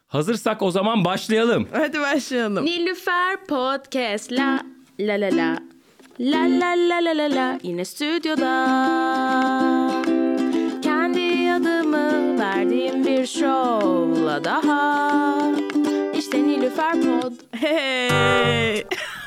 Hazırsak o zaman başlayalım. Hadi başlayalım. Nilüfer Podcast la la la la la la la la la la yine stüdyoda. Kendi adımı verdiğim bir şovla daha. İşte Nilüfer Pod. Hey.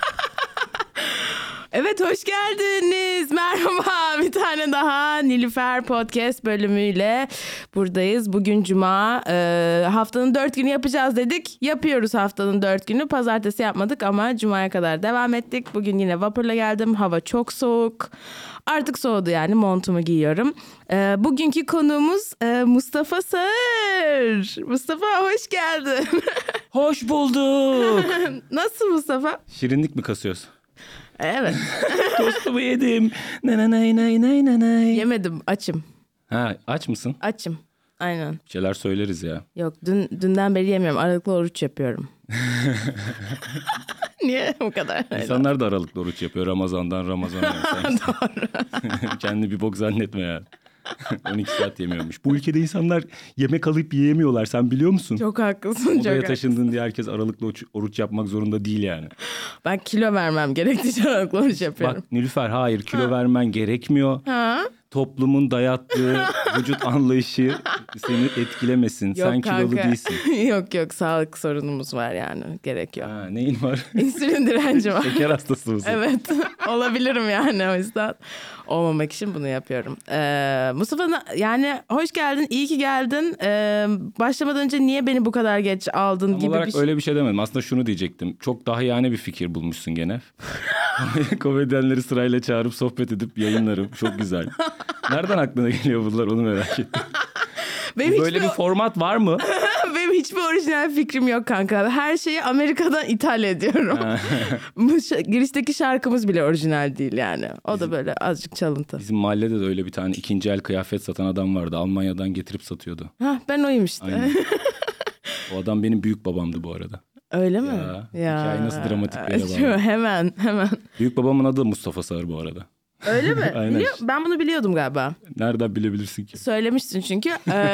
Evet, hoş geldiniz. Merhaba. Bir tane daha Nilüfer Podcast bölümüyle buradayız. Bugün Cuma. Haftanın 4 günü yapacağız dedik. Yapıyoruz haftanın 4 günü. Pazartesi yapmadık ama Cuma'ya kadar devam ettik. Bugün yine vapurla geldim. Hava çok soğuk. Artık soğudu yani, montumu giyiyorum. Bugünkü konuğumuz Mustafa Sağır. Mustafa, hoş geldin. Hoş bulduk. Nasıl Mustafa? Şirinlik mi kasıyoruz? Evet. Tostumu yedim. Nanay. Yemedim, açım. Ha, aç mısın? Açım. Aynen. Bir şeyler söyleriz ya. Yok, dünden beri yemiyorum. Aralıklı oruç yapıyorum. Niye bu kadar? İnsanlar da aralıklı oruç yapıyor Ramazan'dan Ramazan'a. Doğru. Kendini bir bok zannetme ya. 12 saat yemiyormuş. Bu ülkede insanlar yemek alıp yiyemiyorlar. Sen biliyor musun? Çok haklısın. Odaya taşındın diye herkes aralıklı oruç yapmak zorunda değil yani. Ben kilo vermem gerektiği için aralıklı oruç yapıyorum. Bak Nilüfer, hayır, kilo vermen gerekmiyor. Ha? Toplumun dayattığı vücut anlayışı seni etkilemesin. Yok Sen kilolu kanka. değilsin. Yok, sağlık sorunumuz var yani. Gerek yok. Ha, neyin var? İnsülin direnci var. Şeker hastası mısın? Evet. Olabilirim yani, o yüzden. Olmamak için bunu yapıyorum. Mustafa, yani hoş geldin. İyi ki geldin. Başlamadan önce niye beni bu kadar geç aldın Tam gibi olarak bir şey. öyle bir şey demedim. Aslında şunu diyecektim. Çok daha yani bir fikir bulmuşsun gene. Komedyenleri sırayla çağırıp sohbet edip yayınlarım. Çok güzel. Nereden aklına geliyor bunlar, onu merak ettim. Böyle bir format var mı? Benim hiçbir orijinal fikrim yok kanka. Her şeyi Amerika'dan ithal ediyorum. Bu girişteki şarkımız bile orijinal değil yani. O da böyle azıcık çalıntı. Bizim mahallede de öyle bir tane ikinci el kıyafet satan adam vardı. Almanya'dan getirip satıyordu. Hah, ben oyum işte. Aynen. O adam benim büyük babamdı bu arada. Öyle mi? Ya. Hikaye nasıl dramatiklere bağlı. Hemen. Büyük babamın adı Mustafa Sağır bu arada. Öyle mi? Aynen. Ben bunu biliyordum galiba. Nereden bilebilirsin ki? Söylemiştin çünkü.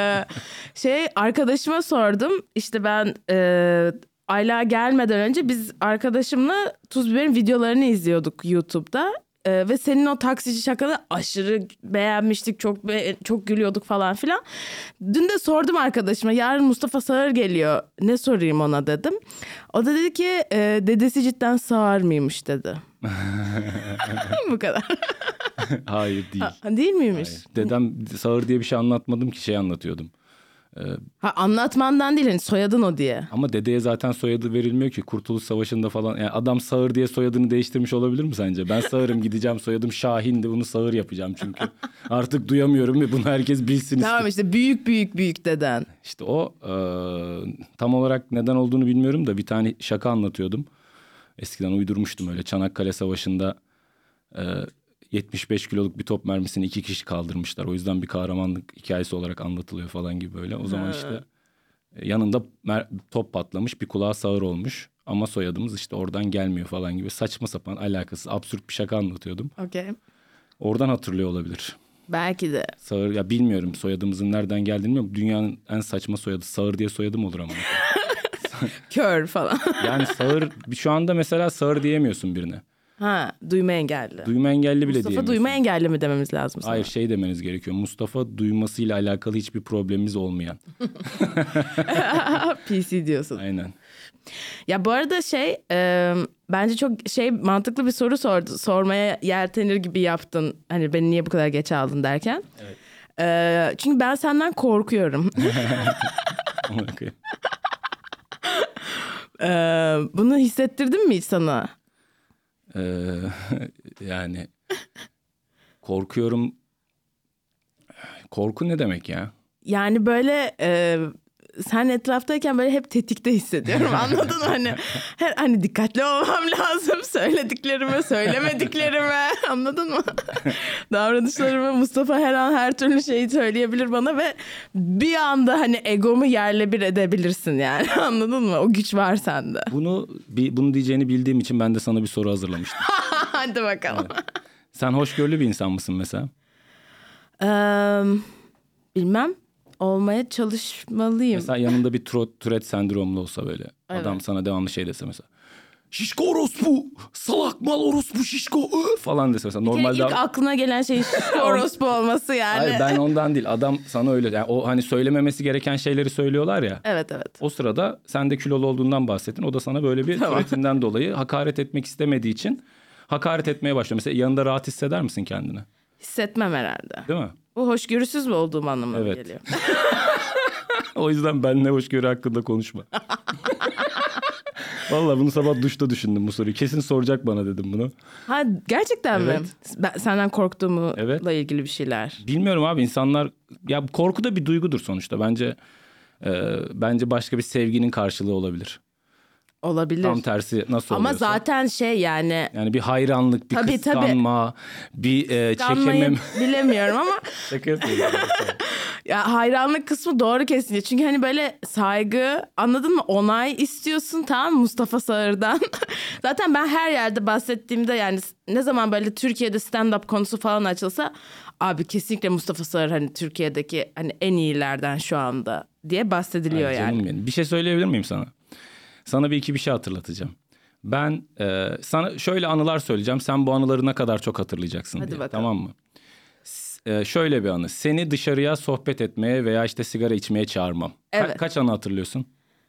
Arkadaşıma sordum. İşte ben Ayla gelmeden önce biz arkadaşımla Tuz Biber'in videolarını izliyorduk YouTube'da. Ve senin o taksici şakanı aşırı beğenmiştik. Çok gülüyorduk falan filan. Dün de sordum arkadaşıma, yarın Mustafa Sağır geliyor, ne sorayım ona dedim. O da dedi ki dedesi cidden sağır mıymış dedi. Bu kadar. Hayır, değil. Değil miymiş? Hayır. Dedem sağır diye bir şey anlatmadım ki, şey anlatıyordum. Anlatmandan değil, hani soyadın o diye. Ama dedeye zaten soyadı verilmiyor ki, Kurtuluş Savaşı'nda falan. Yani adam sağır diye soyadını değiştirmiş olabilir mi sence? Ben sağırım, gideceğim, soyadım Şahin'di, bunu sağır yapacağım çünkü. Artık duyamıyorum ve bunu herkes bilsin Tamam işte, büyük deden. İşte o tam olarak neden olduğunu bilmiyorum da bir tane şaka anlatıyordum. Eskiden uydurmuştum öyle. Çanakkale Savaşı'nda 75 kiloluk bir top mermisini 2 kişi kaldırmışlar. O yüzden bir kahramanlık hikayesi olarak anlatılıyor falan gibi böyle. O zaman işte yanında top patlamış, bir kulağı sağır olmuş. Ama soyadımız işte oradan gelmiyor falan gibi. Saçma sapan, alakasız, absürt bir şaka anlatıyordum. Okey. Oradan hatırlıyor olabilir. Belki de. Sağır, ya bilmiyorum soyadımızın nereden geldiğini bilmiyorum. Dünyanın en saçma soyadı. Sağır diye soyadım olur ama. Kör falan. Yani sağır, şu anda mesela sağır diyemiyorsun birine. Duyma engelli. Duyma engelli bile diyemiyorsun. Mustafa duyma engelli mi dememiz lazım sana? Hayır, şey demeniz gerekiyor. Mustafa duymasıyla alakalı hiçbir problemimiz olmayan. PC diyorsun. Aynen. Ya bu arada bence çok mantıklı bir soru sormaya yeltenir gibi yaptın. Hani beni niye bu kadar geç aldın derken. Evet. Çünkü ben senden korkuyorum. Bunu hissettirdim mi hiç sana? Yani korkuyorum. Korku ne demek ya? Yani böyle sen etraftayken böyle hep tetikte hissediyorum, anladın mı? Hani dikkatli olmam lazım, söylediklerime, söylemediklerime, anladın mı? Davranışlarımı, Mustafa her an her türlü şeyi söyleyebilir bana ve bir anda hani egomu yerle bir edebilirsin yani, anladın mı? O güç var sende. Bunu diyeceğini bildiğim için ben de sana bir soru hazırlamıştım. Hadi bakalım. Evet. Sen hoşgörülü bir insan mısın mesela? Bilmem. olmaya çalışmalıyım. Mesela yanında bir Tourette sendromlu olsa böyle. Evet. Adam sana devamlı şey dese mesela. Şişko orospu, salak mal orospu şişko falan dese mesela. Normalde ilk aklına gelen şey orospu olması yani. Hayır, ben ondan değil. Adam sana öyle yani o hani söylememesi gereken şeyleri söylüyorlar ya. Evet. O sırada sen de kilolu olduğundan bahsettin. O da sana böyle bir Tourette'inden dolayı hakaret etmek istemediği için hakaret etmeye başlıyor. Mesela yanında rahat hisseder misin kendini? Hissetmem herhalde. Değil mi? Bu hoşgörüsüz mü olduğum anlamına Evet. geliyor. O yüzden benimle hoşgörü hakkında konuşma. Vallahi bunu sabah duşta düşündüm bu soruyu. Kesin soracak bana dedim bunu. Ha gerçekten mi? Evet. Ben senden korktuğumla Evet. ilgili bir şeyler. Bilmiyorum abi, insanlar ya korku da bir duygudur sonuçta. Bence başka bir sevginin karşılığı olabilir. Olabilir. Tam tersi nasıl Ama oluyorsa. zaten şey yani. Yani bir hayranlık, bir Tabii, kıskanma, bir çekemem. Bilemiyorum ama Şaka yapıyorum. ya hayranlık kısmı doğru kesinlikle. Çünkü hani böyle saygı, anladın mı? Onay istiyorsun, tamam mı? Mustafa Sağır'dan. Zaten ben her yerde bahsettiğimde yani ne zaman böyle Türkiye'de stand-up konusu falan açılsa abi kesinlikle Mustafa Sağır hani Türkiye'deki hani en iyilerden şu anda diye bahsediliyor Ay, yani. canım benim. Bir şey söyleyebilir miyim sana? Sana bir şey hatırlatacağım. Ben sana şöyle anılar söyleyeceğim. Sen bu anıları ne kadar çok hatırlayacaksın Hadi diye. bakalım. Tamam mı? Şöyle bir anı. Seni dışarıya sohbet etmeye veya işte sigara içmeye çağırmam. Evet. Kaç anı hatırlıyorsun?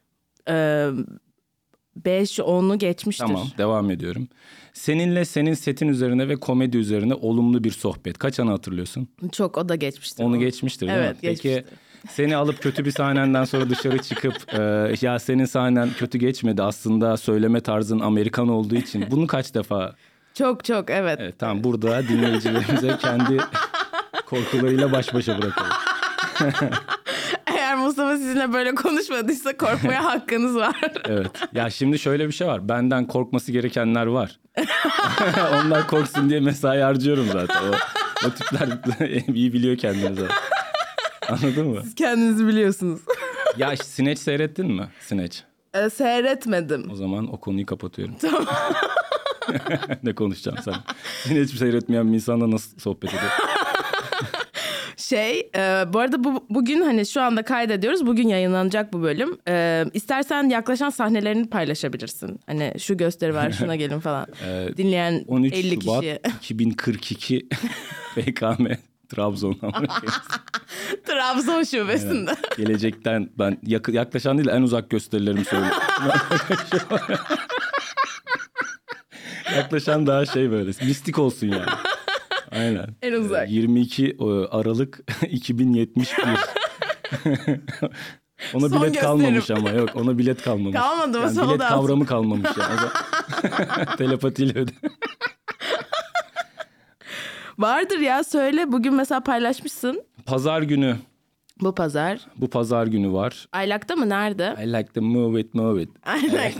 5-10'u geçmiştir. Tamam, devam ediyorum. Seninle senin setin üzerine ve komedi üzerine olumlu bir sohbet. Kaç anı hatırlıyorsun? Çok, o da geçmiştir. Onu geçmiştir değil Evet, mi? Peki geçmiştir. seni alıp kötü bir sahnenden sonra dışarı çıkıp ya senin sahnen kötü geçmedi aslında, söyleme tarzın Amerikan olduğu için bunu kaç defa... Çok evet. Evet, tamam, burada dinleyicilerimize kendi korkularıyla baş başa bırakalım. Eğer Mustafa sizinle böyle konuşmadıysa korkmaya hakkınız var. Evet. Ya şimdi şöyle bir şey var. Benden korkması gerekenler var. Onlar korksun diye mesai harcıyorum zaten. O tipler iyi biliyor kendini zaten. Anladın mı? Siz kendinizi biliyorsunuz. Ya Snatch seyrettin mi? Snatch. Seyretmedim. O zaman o konuyu kapatıyorum. Tamam. Ne konuşacağım sen? Snatch seyretmeyen bir insanla nasıl sohbet ediyor? Bu arada bugün hani şu anda kaydediyoruz. Bugün yayınlanacak bu bölüm. İstersen yaklaşan sahnelerini paylaşabilirsin. Hani şu gösteri var, şuna gelin falan. Dinleyen 13 50 Şubat kişi. 2042 BKM Trabzon. Trabzon şubesinde. Yani gelecekten ben yaklaşan değil en uzak gösterilerimi söylüyorum. Yaklaşan daha şey böyle mistik olsun yani. Aynen. En uzak. 22 Aralık 2071. Ona Son bilet gösterim. kalmamış ama yok, ona bilet kalmamış. Kalmadı mı? Yani Sold bilet out. kavramı kalmamış yani. Telepatiyle öde. Vardır ya, söyle. Bugün mesela paylaşmışsın. Pazar günü. Bu pazar. Bu pazar günü var. Aylak'ta mı? Nerede? I like to move it. Aynen.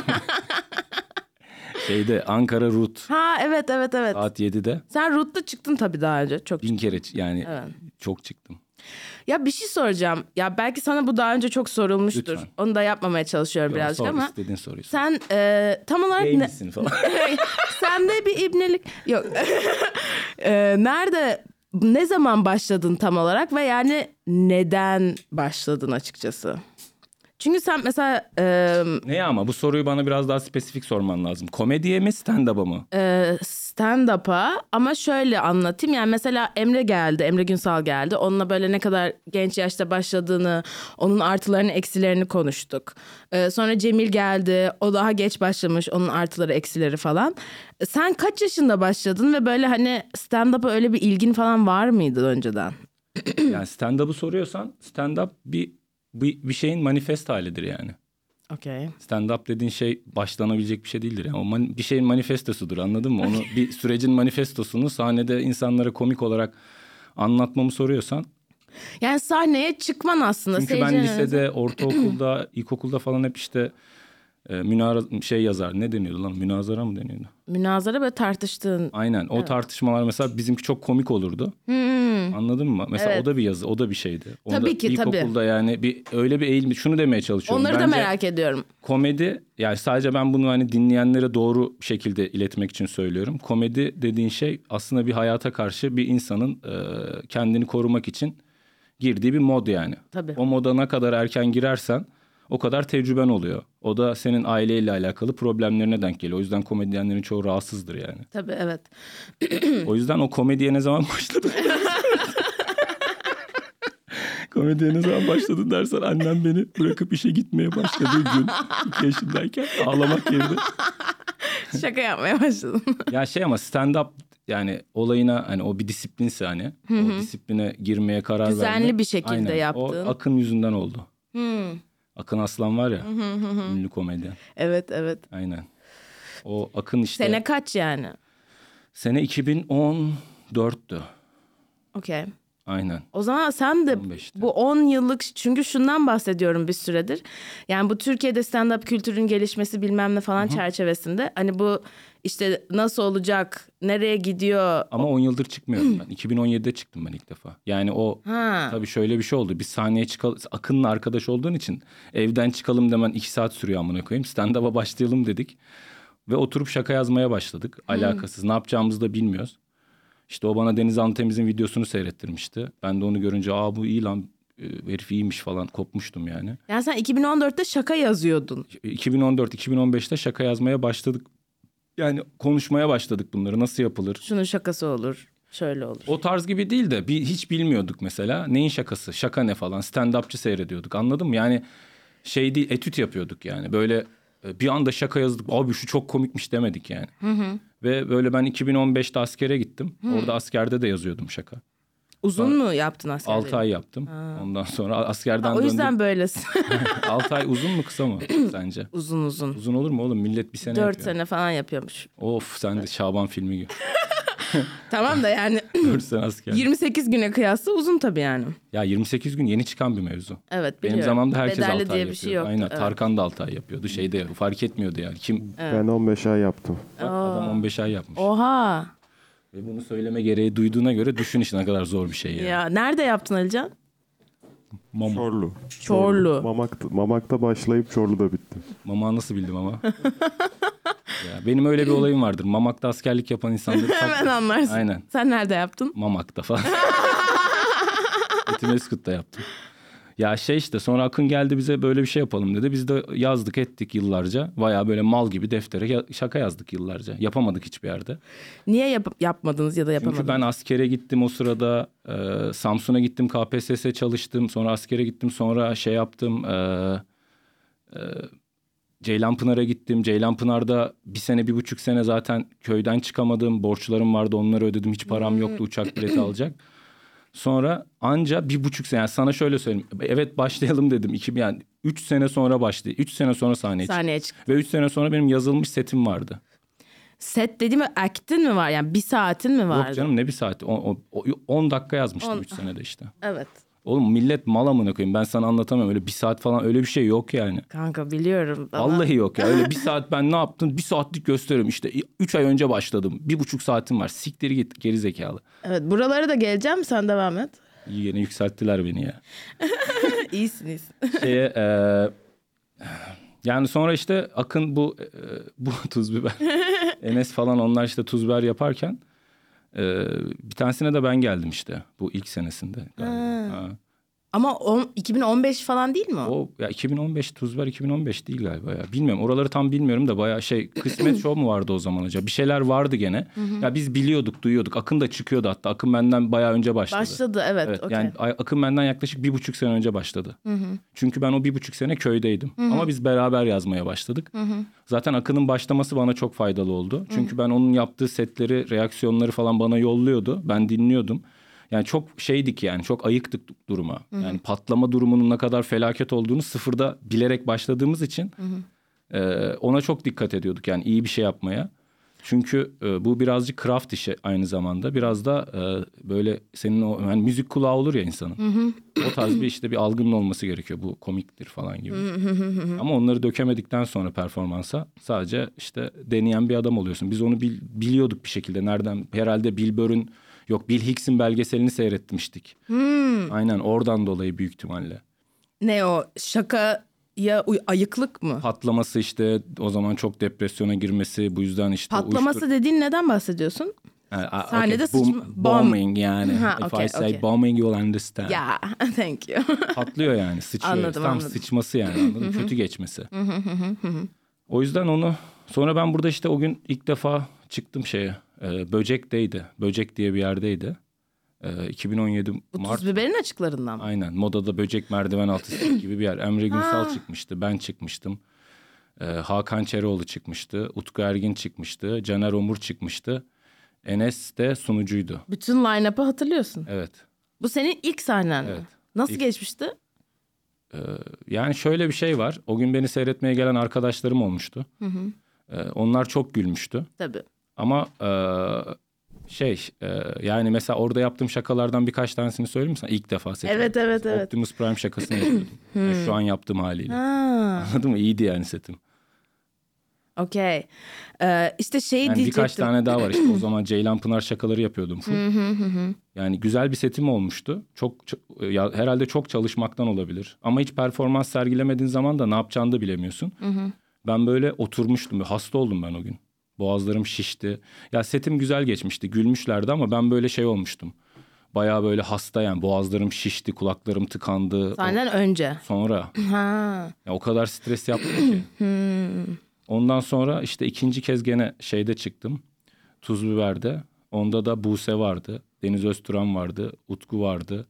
Şeyde Ankara Rut. Ha evet. Saat 7'de. Sen Root'ta çıktın tabii daha önce. Çok 1000 kere yani Evet. çok çıktım. Ya bir şey soracağım. Ya belki sana bu daha önce çok sorulmuştur. Lütfen. Onu da yapmamaya çalışıyorum birazcık Sor, ama. istediğin soruyu sor. Sen tam olarak Gay misin falan. Sende bir ibnelik yok. Nerede, ne zaman başladın tam olarak ve yani neden başladın açıkçası? Çünkü sen mesela Ne ama bu soruyu bana biraz daha spesifik sorman lazım. Komediye mi, stand-up'a mı? stand-up'a, ama şöyle anlatayım. Yani mesela Emre Günsal geldi. Onunla böyle ne kadar genç yaşta başladığını, onun artılarını eksilerini konuştuk. Sonra Cemil geldi. O daha geç başlamış. Onun artıları eksileri falan. Sen kaç yaşında başladın ve böyle hani stand-up'a öyle bir ilgin falan var mıydı önceden? Yani stand-up'ı soruyorsan stand-up bir şeyin manifest halidir yani. Okey. Stand-up dediğin şey başlanabilecek bir şey değildir. Yani o bir şeyin manifestosudur, anladın mı? Onu bir sürecin manifestosunu sahnede insanlara komik olarak anlatmamı soruyorsan. Yani sahneye çıkman aslında. Çünkü ben lisede, ortaokulda, ilkokulda falan hep işte yazar. Ne deniyordu lan? Münazara mı deniyordu? Münazara böyle tartıştığın. Aynen. O tartışmalar mesela bizimki çok komik olurdu. Anladın mı? Mesela Evet. o da bir yazı, o da bir şeydi. Tabii ki, İlkokulda yani öyle bir eğilim. Şunu demeye çalışıyorum. Onları da Bence merak ediyorum. komedi, yani sadece ben bunu hani dinleyenlere doğru bir şekilde iletmek için söylüyorum. Komedi dediğin şey aslında bir hayata karşı bir insanın kendini korumak için girdiği bir mod yani. Tabii. O moda ne kadar erken girersen o kadar tecrüben oluyor. O da senin aileyle alakalı problemlerine denk geliyor. O yüzden komedyenlerin çoğu rahatsızdır yani. Tabii evet. O yüzden o komediye ne zaman başladın? Komediye ne zaman başladın dersen annem beni bırakıp işe gitmeye başladığı gün 2 yaşındayken ağlamak yerine. Şaka yapmaya başladım. Ya şey ama stand-up yani olayına hani o bir disiplinse hani o disipline girmeye karar vermek. Düzenli bir şekilde Aynen. yaptın. O Akın yüzünden oldu. Akın Aslan var ya ünlü komedyen. Evet evet. Aynen. O Akın işte. Sene kaç yani? Sene 2014'tü. Okey. Aynen. O zaman sen de 15'te. bu 10 yıllık çünkü şundan bahsediyorum bir süredir. Yani bu Türkiye'de stand-up kültürün gelişmesi bilmem ne falan çerçevesinde hani bu işte nasıl olacak, nereye gidiyor? Ama 10 yıldır çıkmıyorum ben. 2017'de çıktım ben ilk defa. Yani o tabii şöyle bir şey oldu. Biz sahneye çıkalım. Akın'la arkadaş olduğun için evden çıkalım demen 2 saat sürüyor amına koyayım. Stand-up'a başlayalım dedik. Ve oturup şaka yazmaya başladık. Alakasız. Ne yapacağımızı da bilmiyoruz. İşte o bana Deniz Antemiz'in videosunu seyrettirmişti. Ben de onu görünce bu iyi lan herif iyiymiş falan kopmuştum yani. Yani sen 2014'te şaka yazıyordun. 2014-2015'te şaka yazmaya başladık. Yani konuşmaya başladık bunları nasıl yapılır. Şunun şakası olur, şöyle olur. O tarz gibi değil de hiç bilmiyorduk mesela. Neyin şakası, şaka ne falan stand-upçı seyrediyorduk anladın mı? Yani şey değil etüt yapıyorduk yani böyle bir anda şaka yazdık. Abi şu çok komikmiş demedik yani. Ve böyle ben 2015'te askere gittim. Orada askerde de yazıyordum şaka. Uzun mu yaptın askerliği? 6 ay yaptım. Ondan sonra askerden o döndüm. yüzden böylesin. 6 ay uzun mu kısa mı sence? Uzun. Uzun olur mu oğlum? Millet bir sene 4 yapıyor. sene falan yapıyormuş. Of sen de Şaban filmi gibi. Tamam da yani 4 sene asker. 28 güne kıyasla uzun tabii yani. Ya 28 gün yeni çıkan bir mevzu. Evet biliyorum. Benim zamanımda herkes Bedelli 6 ay diye bir yapıyordu. şey yok. Aynen Evet. Tarkan da 6 ay yapıyordu. Şeyde fark etmiyordu yani. Kim Ben 15 ay yaptım. adam 15 ay yapmış. Oha. Ve bunu söyleme gereği duyduğuna göre düşün işte ne kadar zor bir şey yani. Ya nerede yaptın Alican? Mama. Çorlu. Çorlu. Mamak'ta başlayıp Çorlu'da bittim. Mama nasıl bildim ama. Ya, benim öyle bir olayım vardır. Mamak'ta askerlik yapan insanları Hemen anlarsın. Aynen. Sen nerede yaptın? Mamak'ta falan. Etimeskut'ta yaptım. Ya şey işte sonra Akın geldi bize böyle bir şey yapalım dedi. Biz de yazdık ettik yıllarca. Bayağı böyle mal gibi deftere şaka yazdık yıllarca. Yapamadık hiçbir yerde. Niye yapmadınız ya da yapamadınız? Çünkü ben askere gittim o sırada. Samsun'a gittim KPSS çalıştım. Sonra askere gittim sonra şey yaptım. Ceylanpınar'a gittim. Ceylanpınar'da 1,5 sene zaten köyden çıkamadım. Borçlarım vardı onları ödedim. Hiç param yoktu uçak bileti alacak. Sonra anca 1,5 sene yani sana şöyle söyleyeyim. Evet başlayalım dedim. Yani 3 sene sonra başladı. 3 sene sonra sahneye çıktım. Ve 3 sene sonra benim yazılmış setim vardı. Set dediğim act'in mi var? Yani 1 saatin mi vardı? Yok canım ne 1 saati? 10 dakika yazmıştım 3 senede işte. Evet. Oğlum millet mal amına koyayım. Ben sana anlatamıyorum. Öyle 1 saat falan öyle bir şey yok yani. Kanka biliyorum. Vallahi yok ya. Öyle 1 saat ben ne yaptım? 1 saatlik gösteririm. İşte 3 ay önce başladım. 1,5 saatim var. Siktir git geri zekalı. Evet buralara da geleceğim. Sen devam et. İyi yine yükselttiler beni ya. İyisin. Yani sonra işte Akın bu tuz biber. Enes falan onlar işte tuz biber yaparken bir tanesine de ben geldim işte bu ilk senesinde. Ha. Ama 2015 falan değil mi o? O ya 2015 tuz biber 2015 değil galiba ya. Bilmiyorum oraları tam bilmiyorum da bayağı kısmet show mu vardı o zaman acaba? Bir şeyler vardı gene. Ya biz biliyorduk, duyuyorduk. Akın da çıkıyordu hatta. Akın benden bayağı önce başladı. Başladı evet. Okay. Yani Akın benden yaklaşık 1,5 sene önce başladı. Çünkü ben o 1,5 sene köydeydim. Ama biz beraber yazmaya başladık. Zaten Akın'ın başlaması bana çok faydalı oldu. Çünkü ben onun yaptığı setleri, reaksiyonları falan bana yolluyordu. Ben dinliyordum. Yani çok şeydik yani çok ayıktık duruma. Yani patlama durumunun ne kadar felaket olduğunu sıfırda bilerek başladığımız için ona çok dikkat ediyorduk. Yani iyi bir şey yapmaya. Çünkü bu birazcık craft işi aynı zamanda. Biraz da böyle senin o yani müzik kulağı olur ya insanın. O tarz bir işte bir algının olması gerekiyor. Bu komiktir falan gibi. Ama onları dökemedikten sonra performansa sadece işte deneyen bir adam oluyorsun. Biz onu biliyorduk bir şekilde. Nereden? Herhalde Bill Burr'ün Bill Hicks'in belgeselini seyretmiştik. Aynen oradan dolayı büyük ihtimalle. Ne o şaka ya ayıklık mı? Patlaması işte o zaman çok depresyona girmesi bu yüzden işte. Patlaması dediğin neden bahsediyorsun? Sahnede bombing yani. Ha, If okay, I say okay. bombing you'll understand. Yeah, thank you. Patlıyor yani, sıçıyor. Anladım, Tam anladım. sıçması yani, anladın mı? Kötü geçmesi. O yüzden onu... Sonra ben burada işte o gün ilk defa çıktım şeye. Böcek'teydi. Böcek diye bir yerdeydi. 2017 Bu Mart. tuz biberin açıklarından mı? Aynen. Modada Böcek merdiven altı gibi bir yer. Emre Günsal çıkmıştı. Ben çıkmıştım. Hakan Çeroğlu çıkmıştı. Utku Ergin çıkmıştı. Caner Omur çıkmıştı. Enes de sunucuydu. Bütün line-up'ı hatırlıyorsun. Evet. Bu senin ilk sahnen mi? Evet. Nasıl İlk- geçmişti? Yani şöyle bir şey var. O gün beni seyretmeye gelen arkadaşlarım olmuştu. Onlar çok gülmüştü. Tabii. Ama yani mesela orada yaptığım şakalardan birkaç tanesini söyleyeyim mi sana? İlk defa setim. Evet. Optimus Prime şakasını yapıyordum. Yani şu an yaptığım haliyle. Ha, Anladın mı? İyiydi yani setim. okey. İşte şey Yani diyecektim. birkaç tane daha var işte. O zaman Ceylan Pınar şakaları yapıyordum full. Yani güzel bir setim olmuştu. Herhalde çok çalışmaktan olabilir. Ama hiç performans sergilemediğin zaman da ne yapacağını da bilemiyorsun. Ben böyle oturmuştum. Hasta oldum ben o gün. Boğazlarım şişti. Ya setim güzel geçmişti. Gülmüşlerdi ama ben böyle şey olmuştum. Bayağı böyle hasta yani. Boğazlarım şişti, kulaklarım tıkandı. Senden önce. Sonra. Ha. Ya o kadar stres yaptım ki. Ondan sonra işte ikinci kez gene şeyde çıktım. Tuz Biber'de. Onda da Buse vardı. Deniz Özturan vardı. Utku vardı.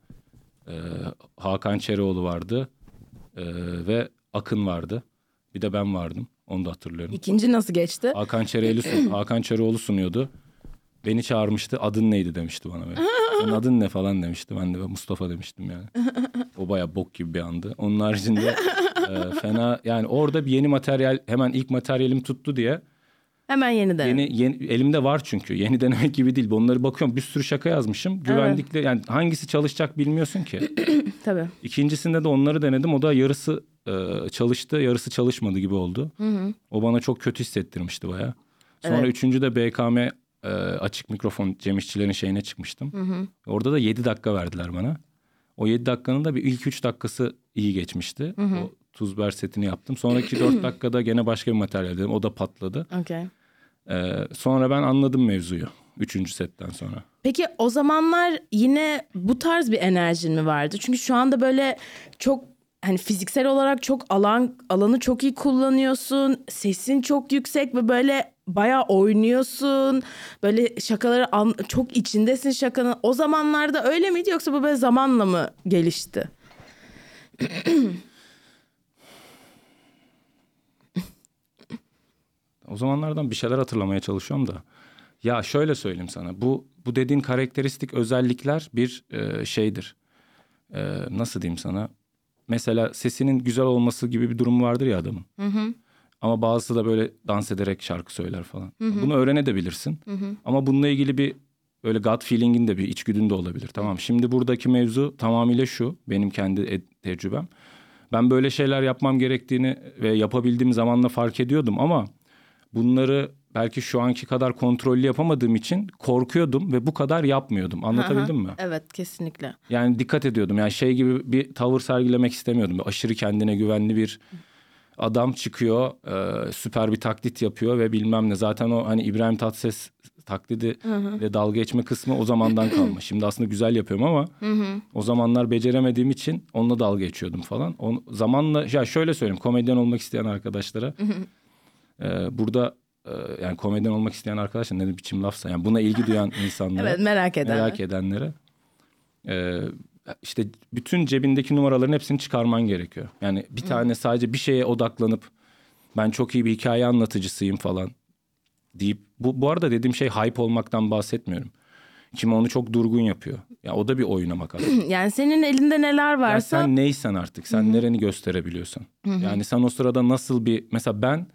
Hakan Çeroğlu vardı. Ve Akın vardı. Bir de ben vardım. Onu da hatırlıyorum. İkinci nasıl geçti? Hakan Çeroğlu sunuyordu. Beni çağırmıştı. Adın neydi demişti bana. Böyle. Senin adın ne falan demişti. Ben de Mustafa demiştim yani. O bayağı bok gibi bir andı. Onun haricinde fena yani orada bir yeni materyal, hemen ilk materyalim tuttu diye. Hemen yeniden. Yeni elimde var çünkü. Yeni denemek gibi değil. Onları bakıyorum, bir sürü şaka yazmışım. Güvenlikle yani hangisi çalışacak bilmiyorsun ki. Tabii. İkincisinde de onları denedim. O da yarısı çalıştı, yarısı çalışmadı gibi oldu. O bana çok kötü hissettirmişti bayağı. Sonra Evet. üçüncü de BKM açık mikrofon Cem İşçilerin şeyine çıkmıştım. Orada da 7 dakika verdiler bana. O 7 dakikanın da bir ilk 3 dakikası iyi geçmişti. O Tuz Biber setini yaptım. Sonraki 4 dakikada gene başka bir materyal dedim. O da patladı. Okey. Sonra ben anladım mevzuyu. 3. setten sonra. Peki o zamanlar yine bu tarz bir enerjin mi vardı? Çünkü şu anda böyle çok hani fiziksel olarak çok alanı çok iyi kullanıyorsun. Sesin çok yüksek ve böyle bayağı oynuyorsun. Böyle şakaları çok içindesin şakanın. O zamanlarda öyle miydi yoksa bu böyle zamanla mı gelişti? O zamanlardan bir şeyler hatırlamaya çalışıyorum da. Ya şöyle söyleyeyim sana. Bu dediğin karakteristik özellikler bir şeydir. Nasıl diyeyim sana? Mesela sesinin güzel olması gibi bir durum vardır ya adamın. Ama bazısı da böyle dans ederek şarkı söyler falan. Bunu öğrenebilirsin. Ama bununla ilgili bir öyle gut feeling'in de bir içgüdün de olabilir. Tamam. Şimdi buradaki mevzu tamamıyla şu. Benim kendi tecrübem. Ben böyle şeyler yapmam gerektiğini ve yapabildiğim zamanla fark ediyordum ama bunları belki şu anki kadar kontrollü yapamadığım için korkuyordum ve bu kadar yapmıyordum. Anlatabildim mi? Evet, kesinlikle. Yani dikkat ediyordum. Yani şey gibi bir tavır sergilemek istemiyordum. Aşırı kendine güvenli bir adam çıkıyor, süper bir taklit yapıyor ve bilmem ne. Zaten o hani İbrahim Tatlıses taklidi ve dalga geçme kısmı o zamandan kalma. Şimdi aslında güzel yapıyorum ama o zamanlar beceremediğim için onunla dalga geçiyordum falan. Zamanla ya şöyle söyleyeyim, komedyen olmak isteyen arkadaşlara burada yani komedyen olmak isteyen arkadaşlar ne biçim lafsa yani buna ilgi duyan insanlara, Evet, merak edenlere işte bütün cebindeki numaraların hepsini çıkarman gerekiyor. Yani bir tane sadece bir şeye odaklanıp ben çok iyi bir hikaye anlatıcısıyım falan deyip bu arada dediğim şey hype olmaktan bahsetmiyorum. Kimi onu çok durgun yapıyor. Ya o da bir oynamak aslında. Yani senin elinde neler varsa. Yani sen neysen artık, sen nereni gösterebiliyorsan. Yani sen o sırada nasıl bir mesela ben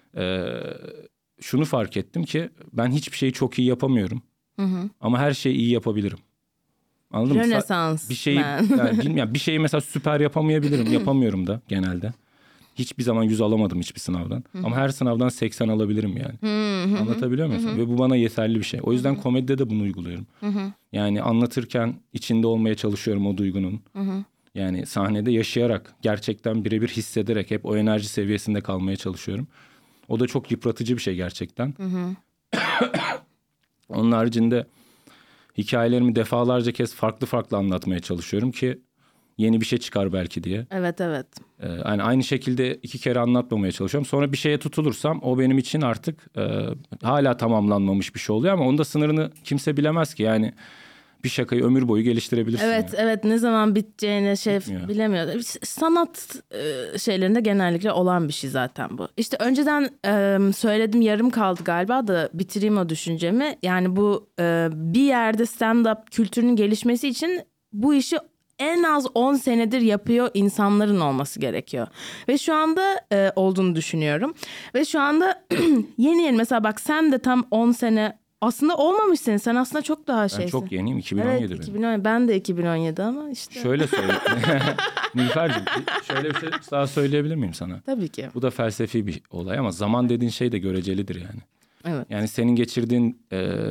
şunu fark ettim ki ben hiçbir şeyi çok iyi yapamıyorum. Ama her şeyi iyi yapabilirim. Anladın mı? Rönesans. Bir şeyi bilmiyorum, bir şeyi mesela süper yapamayabilirim. Yapamıyorum da genelde. Hiçbir zaman 100 alamadım hiçbir sınavdan. Ama her sınavdan 80 alabilirim yani. Anlatabiliyor muyum? Ve bu bana yeterli bir şey. O yüzden komedide de bunu uyguluyorum. Yani anlatırken içinde olmaya çalışıyorum o duygunun. Yani sahnede yaşayarak, gerçekten birebir hissederek hep o enerji seviyesinde kalmaya çalışıyorum. O da çok yıpratıcı bir şey gerçekten. Onun haricinde hikayelerimi defalarca kez farklı anlatmaya çalışıyorum ki yeni bir şey çıkar belki diye. Evet. Yani aynı şekilde 2 kere anlatmamaya çalışıyorum. Sonra bir şeye tutulursam o benim için artık hala tamamlanmamış bir şey oluyor ama onun da sınırını kimse bilemez ki. Yani bir şakayı ömür boyu geliştirebilirsin. Evet, ne zaman biteceğini Bitmiyor. bilemiyor. Sanat şeylerinde genellikle olan bir şey zaten bu. İşte önceden söyledim, yarım kaldı galiba da bitireyim o düşüncemi. Yani bu bir yerde stand-up kültürünün gelişmesi için bu işi en az 10 senedir yapıyor insanların olması gerekiyor. Ve şu anda olduğunu düşünüyorum. Ve şu anda yeni mesela bak sen de tam 10 sene aslında olmamışsın. Sen aslında çok daha şeysin. Ben çok yeniyim. 2017 evet, benim. 2017. Ben de 2017 ama işte. Şöyle söyleyeyim. Nilüfer'cim şöyle bir şey daha söyleyebilir miyim sana? Tabii ki. Bu da felsefi bir olay ama zaman dediğin şey de görecelidir yani. Evet. Yani senin geçirdiğin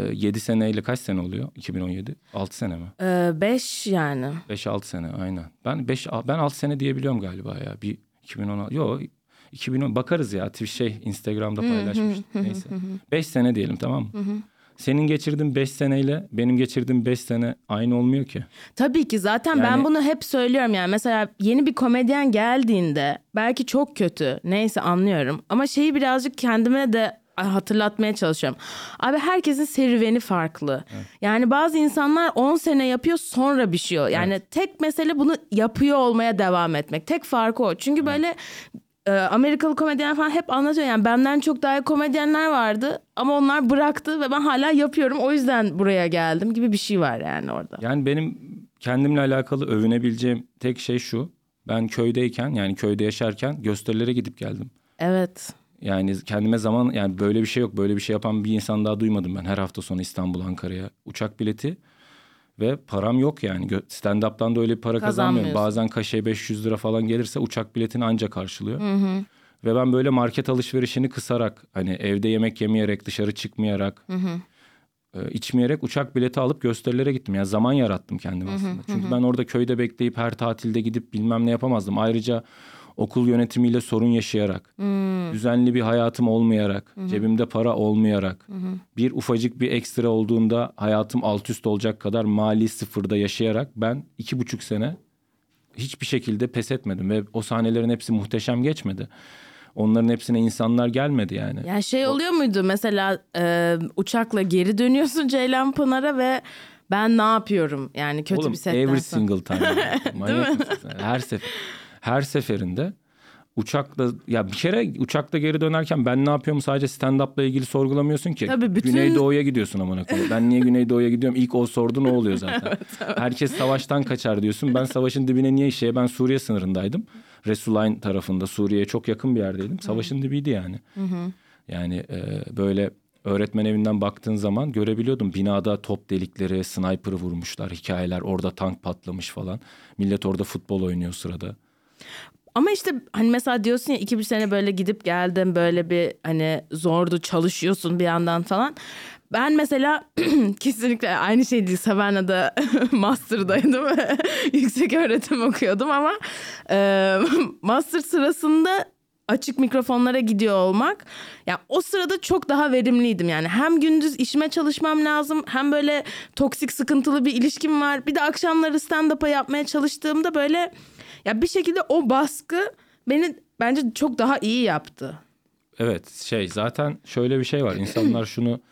7 seneyle kaç sene oluyor? 2017? 6 sene mi? 5 yani. 5-6 sene aynen. Ben 6 sene diyebiliyorum galiba ya. Bir 2016 yok 2010 bakarız ya. Instagram'da paylaşmıştım. Neyse. 5 sene diyelim, tamam mı? Senin geçirdiğin 5 seneyle benim geçirdiğim 5 sene aynı olmuyor ki. Tabii ki zaten Yani- ben bunu hep söylüyorum yani mesela yeni bir komedyen geldiğinde belki çok kötü neyse anlıyorum ama şeyi birazcık kendime de hatırlatmaya çalışıyorum. Abi herkesin serüveni farklı. Evet. Yani bazı insanlar 10 sene yapıyor sonra bişiyor. Yani evet. Tek mesele bunu yapıyor olmaya devam etmek. Tek farkı o. Çünkü böyle Amerikalı komedyen falan hep anlatıyor. Yani benden çok daha iyi komedyenler vardı ama onlar bıraktı ve ben hala yapıyorum. O yüzden buraya geldim gibi bir şey var yani orada. Yani benim kendimle alakalı övünebileceğim tek şey şu. Ben köydeyken yani köyde yaşarken gösterilere gidip geldim. Evet. Yani kendime zaman yani böyle bir şey yok. Böyle bir şey yapan bir insan daha duymadım ben. Her hafta sonu İstanbul, Ankara'ya uçak bileti ve param yok yani. Stand-up'tan da öyle bir para kazanmıyorum. Bazen kaşe 500 lira falan gelirse uçak biletini anca karşılıyor. Hı. Ve ben böyle market alışverişini kısarak hani evde yemek yemeyerek, dışarı çıkmayarak, içmeyerek uçak bileti alıp gösterilere gittim. Yani zaman yarattım kendime aslında. Çünkü ben orada köyde bekleyip her tatilde gidip bilmem ne yapamazdım. Ayrıca okul yönetimiyle sorun yaşayarak, düzenli bir hayatım olmayarak, cebimde para olmayarak, bir ufacık bir ekstra olduğunda hayatım alt üst olacak kadar mali sıfırda yaşayarak ben 2,5 sene hiçbir şekilde pes etmedim. Ve o sahnelerin hepsi muhteşem geçmedi. Onların hepsine insanlar gelmedi yani. Yani şey oluyor muydu mesela uçakla geri dönüyorsun Ceylanpınar'a ve ben ne yapıyorum yani kötü Oğlum, bir setten every sonra. single time. Manyak mısın? Her seferinde uçakla ya bir kere uçakla geri dönerken ben ne yapıyorum sadece stand-up'la ilgili sorgulamıyorsun ki. Tabii bütün... Güneydoğu'ya gidiyorsun amına koyayım. Ben niye Güneydoğu'ya gidiyorum? İlk o sordu, ne oluyor zaten. Evet. Herkes savaştan kaçar diyorsun. Ben savaşın dibine niye işe? Ben Suriye sınırındaydım. Resulayn tarafında, Suriye'ye çok yakın bir yerdeydim. Savaşın dibiydi yani. Yani böyle öğretmen evinden baktığın zaman görebiliyordum. Binada top delikleri, sniper'ı vurmuşlar, hikayeler, orada tank patlamış falan. Millet orada futbol oynuyor sırada. Ama işte hani mesela diyorsun ya 2-1 sene böyle gidip geldim böyle bir hani zordu, çalışıyorsun bir yandan falan. Ben mesela kesinlikle aynı şey değil. Savannah'da master'daydım. Yüksek öğretim okuyordum ama master sırasında açık mikrofonlara gidiyor olmak. Yani o sırada çok daha verimliydim yani. Hem gündüz işime çalışmam lazım, hem böyle toksik sıkıntılı bir ilişkim var. Bir de akşamları stand-up'a yapmaya çalıştığımda böyle ya bir şekilde o baskı beni bence çok daha iyi yaptı. Evet, zaten şöyle bir şey var. İnsanlar şunu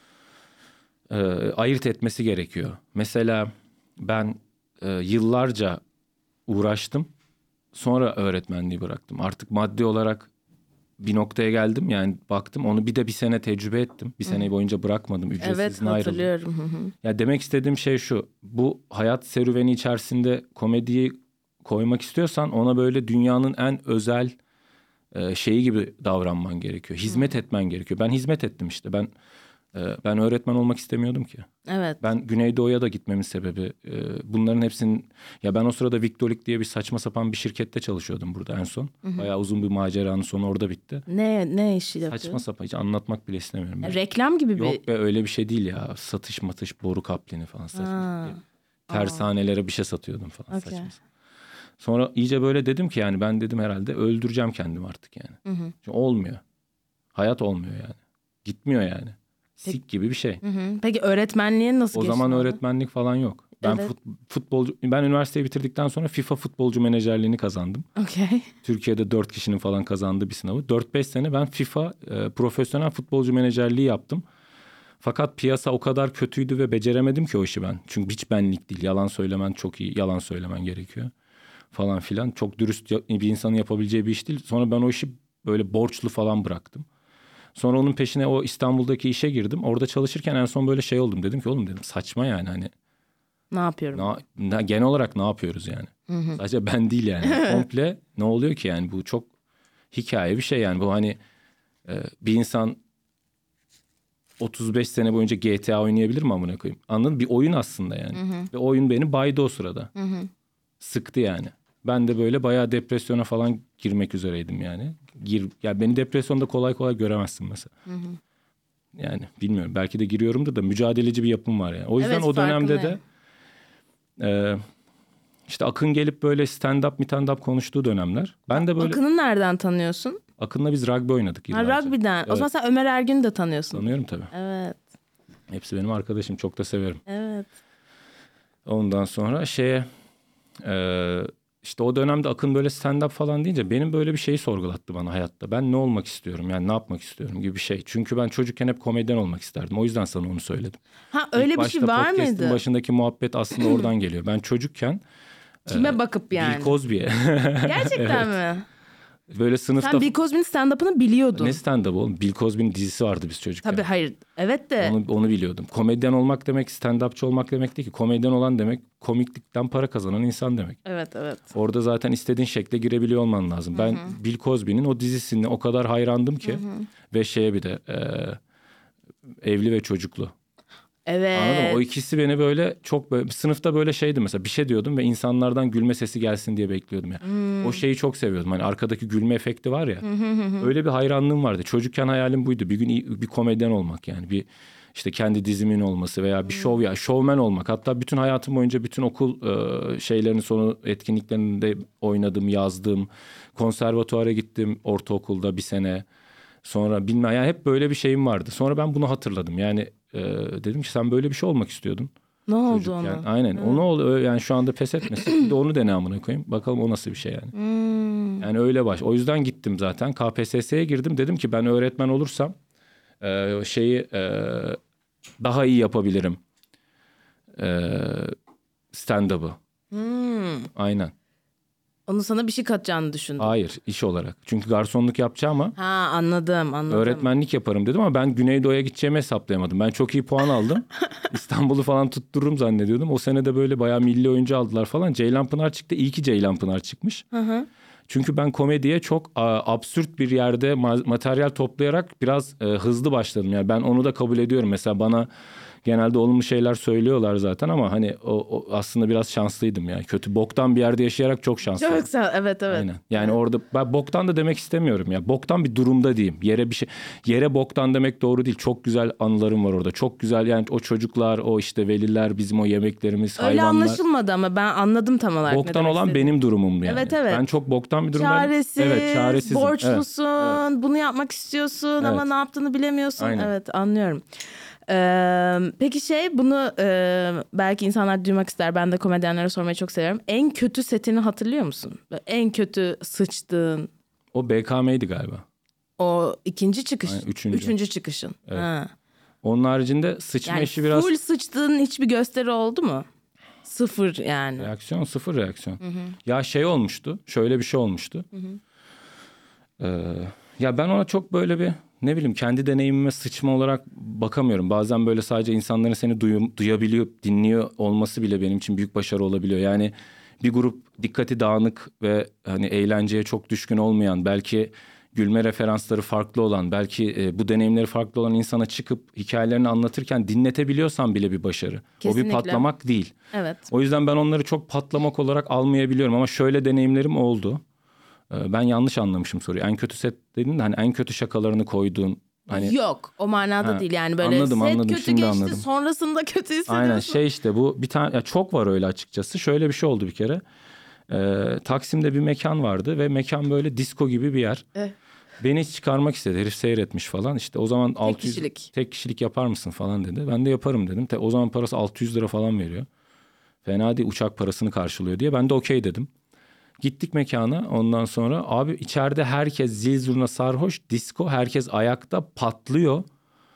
ayırt etmesi gerekiyor. Mesela ben yıllarca uğraştım. Sonra öğretmenliği bıraktım. Artık maddi olarak bir noktaya geldim. Yani baktım, onu bir sene tecrübe ettim. Bir sene boyunca bırakmadım. Ücretsiz evet, ayrıldım. hatırlıyorum. Ya demek istediğim şey şu. Bu hayat serüveni içerisinde komediyi koymak istiyorsan ona böyle dünyanın en özel şeyi gibi davranman gerekiyor. Hizmet etmen gerekiyor. Ben hizmet ettim işte. Ben öğretmen olmak istemiyordum ki. Evet. Ben Güneydoğu'ya da gitmemin sebebi bunların hepsinin... Ya ben o sırada Victolik diye bir saçma sapan bir şirkette çalışıyordum burada en son. Bayağı uzun bir maceranın sonu orada bitti. Ne işi yapıyor? Saçma sapan, hiç anlatmak bile istemiyorum. Reklam gibi bir... Yok be, öyle bir şey değil ya. Satış matış, boru kaplini falan saçma. Tersanelere bir şey satıyordum falan, okay. saçma. Sonra iyice böyle dedim ki yani ben dedim herhalde öldüreceğim kendimi artık yani. Çünkü olmuyor. Hayat olmuyor yani. Gitmiyor yani. Sik gibi bir şey. Peki öğretmenliğe nasıl O geçtin? zaman öğretmenlik falan yok. Ben Evet. ben üniversiteyi bitirdikten sonra FIFA futbolcu menajerliğini kazandım. Okey. Türkiye'de 4 kişinin falan kazandığı bir sınavı. 4-5 sene ben FIFA profesyonel futbolcu menajerliği yaptım. Fakat piyasa o kadar kötüydü ve beceremedim ki o işi ben. Çünkü hiç benlik değil. Yalan söylemen çok iyi. Yalan söylemen gerekiyor falan filan. Çok dürüst bir insanın yapabileceği bir iş değil. Sonra ben o işi böyle borçlu falan bıraktım. Sonra onun peşine o İstanbul'daki işe girdim. Orada çalışırken en son böyle şey oldum. Dedim ki oğlum dedim saçma yani hani. Ne yapıyorum? Genel olarak ne yapıyoruz yani? Sadece ben değil yani. Komple ne oluyor ki yani? Bu çok hikaye bir şey yani. Bu hani bir insan 35 sene boyunca GTA oynayabilir mi amına koyayım? Anladın mı? Bir oyun aslında yani. Ve oyun beni baydı o sırada. Sıktı yani. Ben de böyle bayağı depresyona falan girmek üzereydim yani. Ya beni depresyonda kolay kolay göremezsin mesela. Yani bilmiyorum. Belki de giriyorumdur da mücadeleci bir yapım var yani. O yüzden Evet, o dönemde de farkındayım. işte Akın gelip böyle stand-up konuştuğu dönemler. Ben de böyle Akın'ı nereden tanıyorsun? Akın'la biz rugby oynadık Ha, yıllarca. rugby'den. O Evet. zaman sen Ömer Ergün'ü de tanıyorsun. Tanıyorum tabii. Evet. Hepsi benim arkadaşım. Çok da severim. Evet. Ondan sonra işte o dönemde Akın böyle stand-up falan deyince benim böyle bir şeyi sorgulattı bana hayatta. Ben ne olmak istiyorum yani ne yapmak istiyorum gibi bir şey. Çünkü ben çocukken hep komedyen olmak isterdim. O yüzden sana onu söyledim. Ha öyle İlk bir şey başta var podcast'in mıydı? başındaki muhabbet aslında oradan geliyor. Ben çocukken Kime bakıp yani? Bill Cosby'ye Gerçekten mi? böyle sınıfta... Sen Bill Cosby'nin stand-up'ını biliyordun. Ne stand-up oğlum? Bill Cosby'nin dizisi vardı biz çocukken. Tabii hayır. Evet de. Onu biliyordum. Komedyen olmak demek stand-upçı olmak demek değil ki. Komedyen olan demek komiklikten para kazanan insan demek. Evet. Orada zaten istediğin şekle girebiliyor olman lazım. Ben Bill Cosby'nin o dizisine o kadar hayrandım ki. Ve bir de evli ve çocuklu. Evet. Anladın mı? O ikisi beni böyle çok böyle sınıfta böyle şeydi mesela bir şey diyordum ve insanlardan gülme sesi gelsin diye bekliyordum ya. O şeyi çok seviyordum. Hani arkadaki gülme efekti var ya. Öyle bir hayranlığım vardı. Çocukken hayalim buydu. Bir gün bir komedyen olmak yani. Bir işte kendi dizimin olması veya bir şovmen olmak. Hatta bütün hayatım boyunca bütün okul şeylerinin sonu etkinliklerinde oynadım, yazdım. Konservatuvara gittim ortaokulda bir sene. Sonra bilmem yani hep böyle bir şeyim vardı. Sonra ben bunu hatırladım. Yani dedim ki sen böyle bir şey olmak istiyordun. Ne oldu Çocukken. ona? Aynen. O ne oldu? Yani şu anda pes etmesin. Bir de onu dene amına koyayım. Bakalım o nasıl bir şey yani. Yani öyle O yüzden gittim zaten. KPSS'ye girdim. Dedim ki ben öğretmen olursam daha iyi yapabilirim. Stand-up'ı. Aynen. Onu sana bir şey katacağını düşündüm. Hayır, iş olarak. Çünkü garsonluk yapacağım ama Ha anladım. öğretmenlik yaparım dedim ama ben Güneydoğu'ya gideceğimi hesaplayamadım. Ben çok iyi puan aldım. İstanbul'u falan tuttururum zannediyordum. O sene de böyle bayağı milli oyuncu aldılar falan. Ceylanpınar çıktı. İyi ki Ceylanpınar çıkmış. Çünkü ben komediye çok absürt bir yerde materyal toplayarak biraz hızlı başladım. Yani ben onu da kabul ediyorum. Mesela bana genelde olumlu şeyler söylüyorlar zaten ama hani o aslında biraz şanslıydım yani. Kötü boktan bir yerde yaşayarak çok şanslıydım. Çok sağ evet. Aynen. Yani orada ben boktan da demek istemiyorum ya. Boktan bir durumda diyeyim. Yere boktan demek doğru değil. Çok güzel anılarım var orada. Çok güzel yani o çocuklar, o işte veliler, bizim o yemeklerimiz, Öyle hayvanlar. anlaşılmadı ama ben anladım tam olarak. Boktan olan benim durumumdu yani. Evet. Ben çok boktan bir durumdayım. Çaresiz, borçlusun, Evet. bunu yapmak istiyorsun ama ne yaptığını bilemiyorsun. Aynen. Evet anlıyorum. Peki bunu belki insanlar duymak ister. Ben de komedyenlere sormayı çok seviyorum. En kötü setini hatırlıyor musun? En kötü sıçtığın. O BKM'ydi galiba. O ikinci çıkış. Aynen, üçüncü çıkışın. Evet. Ha. Onun haricinde sıçma Yani işi biraz... full sıçtığın hiçbir gösteri oldu mu? Sıfır yani. Sıfır reaksiyon. Ya olmuştu. Şöyle bir şey olmuştu. Ya ben ona çok böyle bir ne bileyim kendi deneyimime sıçma olarak bakamıyorum. Bazen böyle sadece insanların seni duyabiliyor, dinliyor olması bile benim için büyük başarı olabiliyor. Yani bir grup dikkati dağınık ve hani eğlenceye çok düşkün olmayan, belki gülme referansları farklı olan, belki bu deneyimleri farklı olan insana çıkıp hikayelerini anlatırken dinletebiliyorsan bile bir başarı. Kesinlikle. O bir patlamak değil. Evet. O yüzden ben onları çok patlamak olarak almayabiliyorum ama şöyle deneyimlerim oldu. Ben yanlış anlamışım soruyu. En kötü set dedin de hani en kötü şakalarını koyduğun hani Yok o manada değil yani böyle anladım, set kötü şimdi geçti anladım. sonrasında kötü hissediyorsun. Aynen işte bu bir tane çok var öyle açıkçası. Şöyle bir şey oldu bir kere. Taksim'de bir mekan vardı ve mekan böyle disco gibi bir yer. Beni hiç çıkarmak istedi. Herif seyretmiş falan. İşte o zaman 600 tek kişilik yapar mısın falan dedi. Ben de yaparım dedim. O zaman parası 600 lira falan veriyor. Fena değil, uçak parasını karşılıyor diye. Ben de okey dedim. Gittik mekana, ondan sonra abi içeride herkes zil zurna sarhoş, disco, herkes ayakta patlıyor.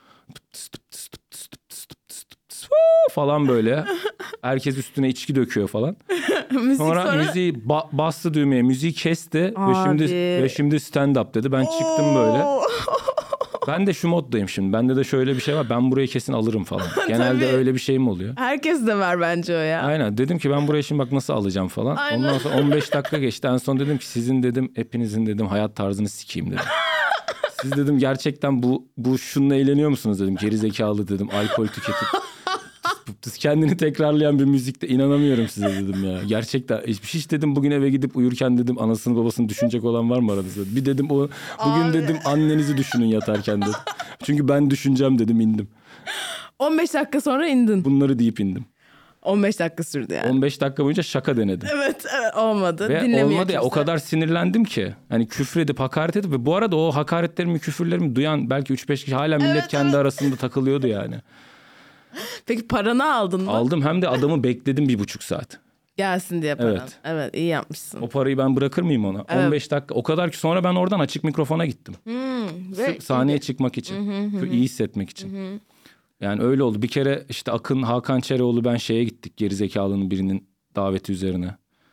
Falan böyle. Herkes üstüne içki döküyor falan. sonra müziği bastı düğmeye, müziği kesti ve şimdi stand up dedi. Ben çıktım böyle. Ben de şu moddayım şimdi. Bende de şöyle bir şey var. Ben burayı kesin alırım falan. Genelde öyle bir şeyim oluyor. Herkes de var bence o ya. Aynen. Dedim ki ben burayı şimdi bak nasıl alacağım falan. Aynen. Ondan sonra 15 dakika geçti. En son dedim ki sizin dedim hepinizin dedim hayat tarzını sikeyim dedim. Siz dedim gerçekten bu şununla eğleniyor musunuz dedim. Geri zekalı dedim. Alkol tüketip kendini tekrarlayan bir müzikte inanamıyorum size dedim ya. Gerçekten hiç dedim bugün eve gidip uyurken dedim anasını babasını düşünecek olan var mı aranızda? Bir dedim bugün abi. Dedim annenizi düşünün yatarken dedim. Çünkü ben düşüneceğim dedim, indim. 15 dakika sonra indin. Bunları deyip indim. 15 dakika sürdü yani. 15 dakika boyunca şaka denedim. Evet olmadı. Ve olmadı ya, o kadar sinirlendim ki. Hani küfredip hakaret edip ve bu arada o hakaretlerimi küfürlerimi duyan belki 3-5 kişi hala millet kendi arasında takılıyordu yani. Peki paranı aldın mı? Aldım, hem de adamı bekledim 1,5 saat. Gelsin diye paran. Evet. Evet, iyi yapmışsın. O parayı ben bırakır mıyım ona? Evet. 15 dakika o kadar ki sonra ben oradan açık mikrofona gittim. Sahneye çıkmak için. İyi hissetmek için. Yani öyle oldu. Bir kere işte Akın, Hakan Çeroğlu ben şeye gittik. Gerizekalının birinin daveti üzerine.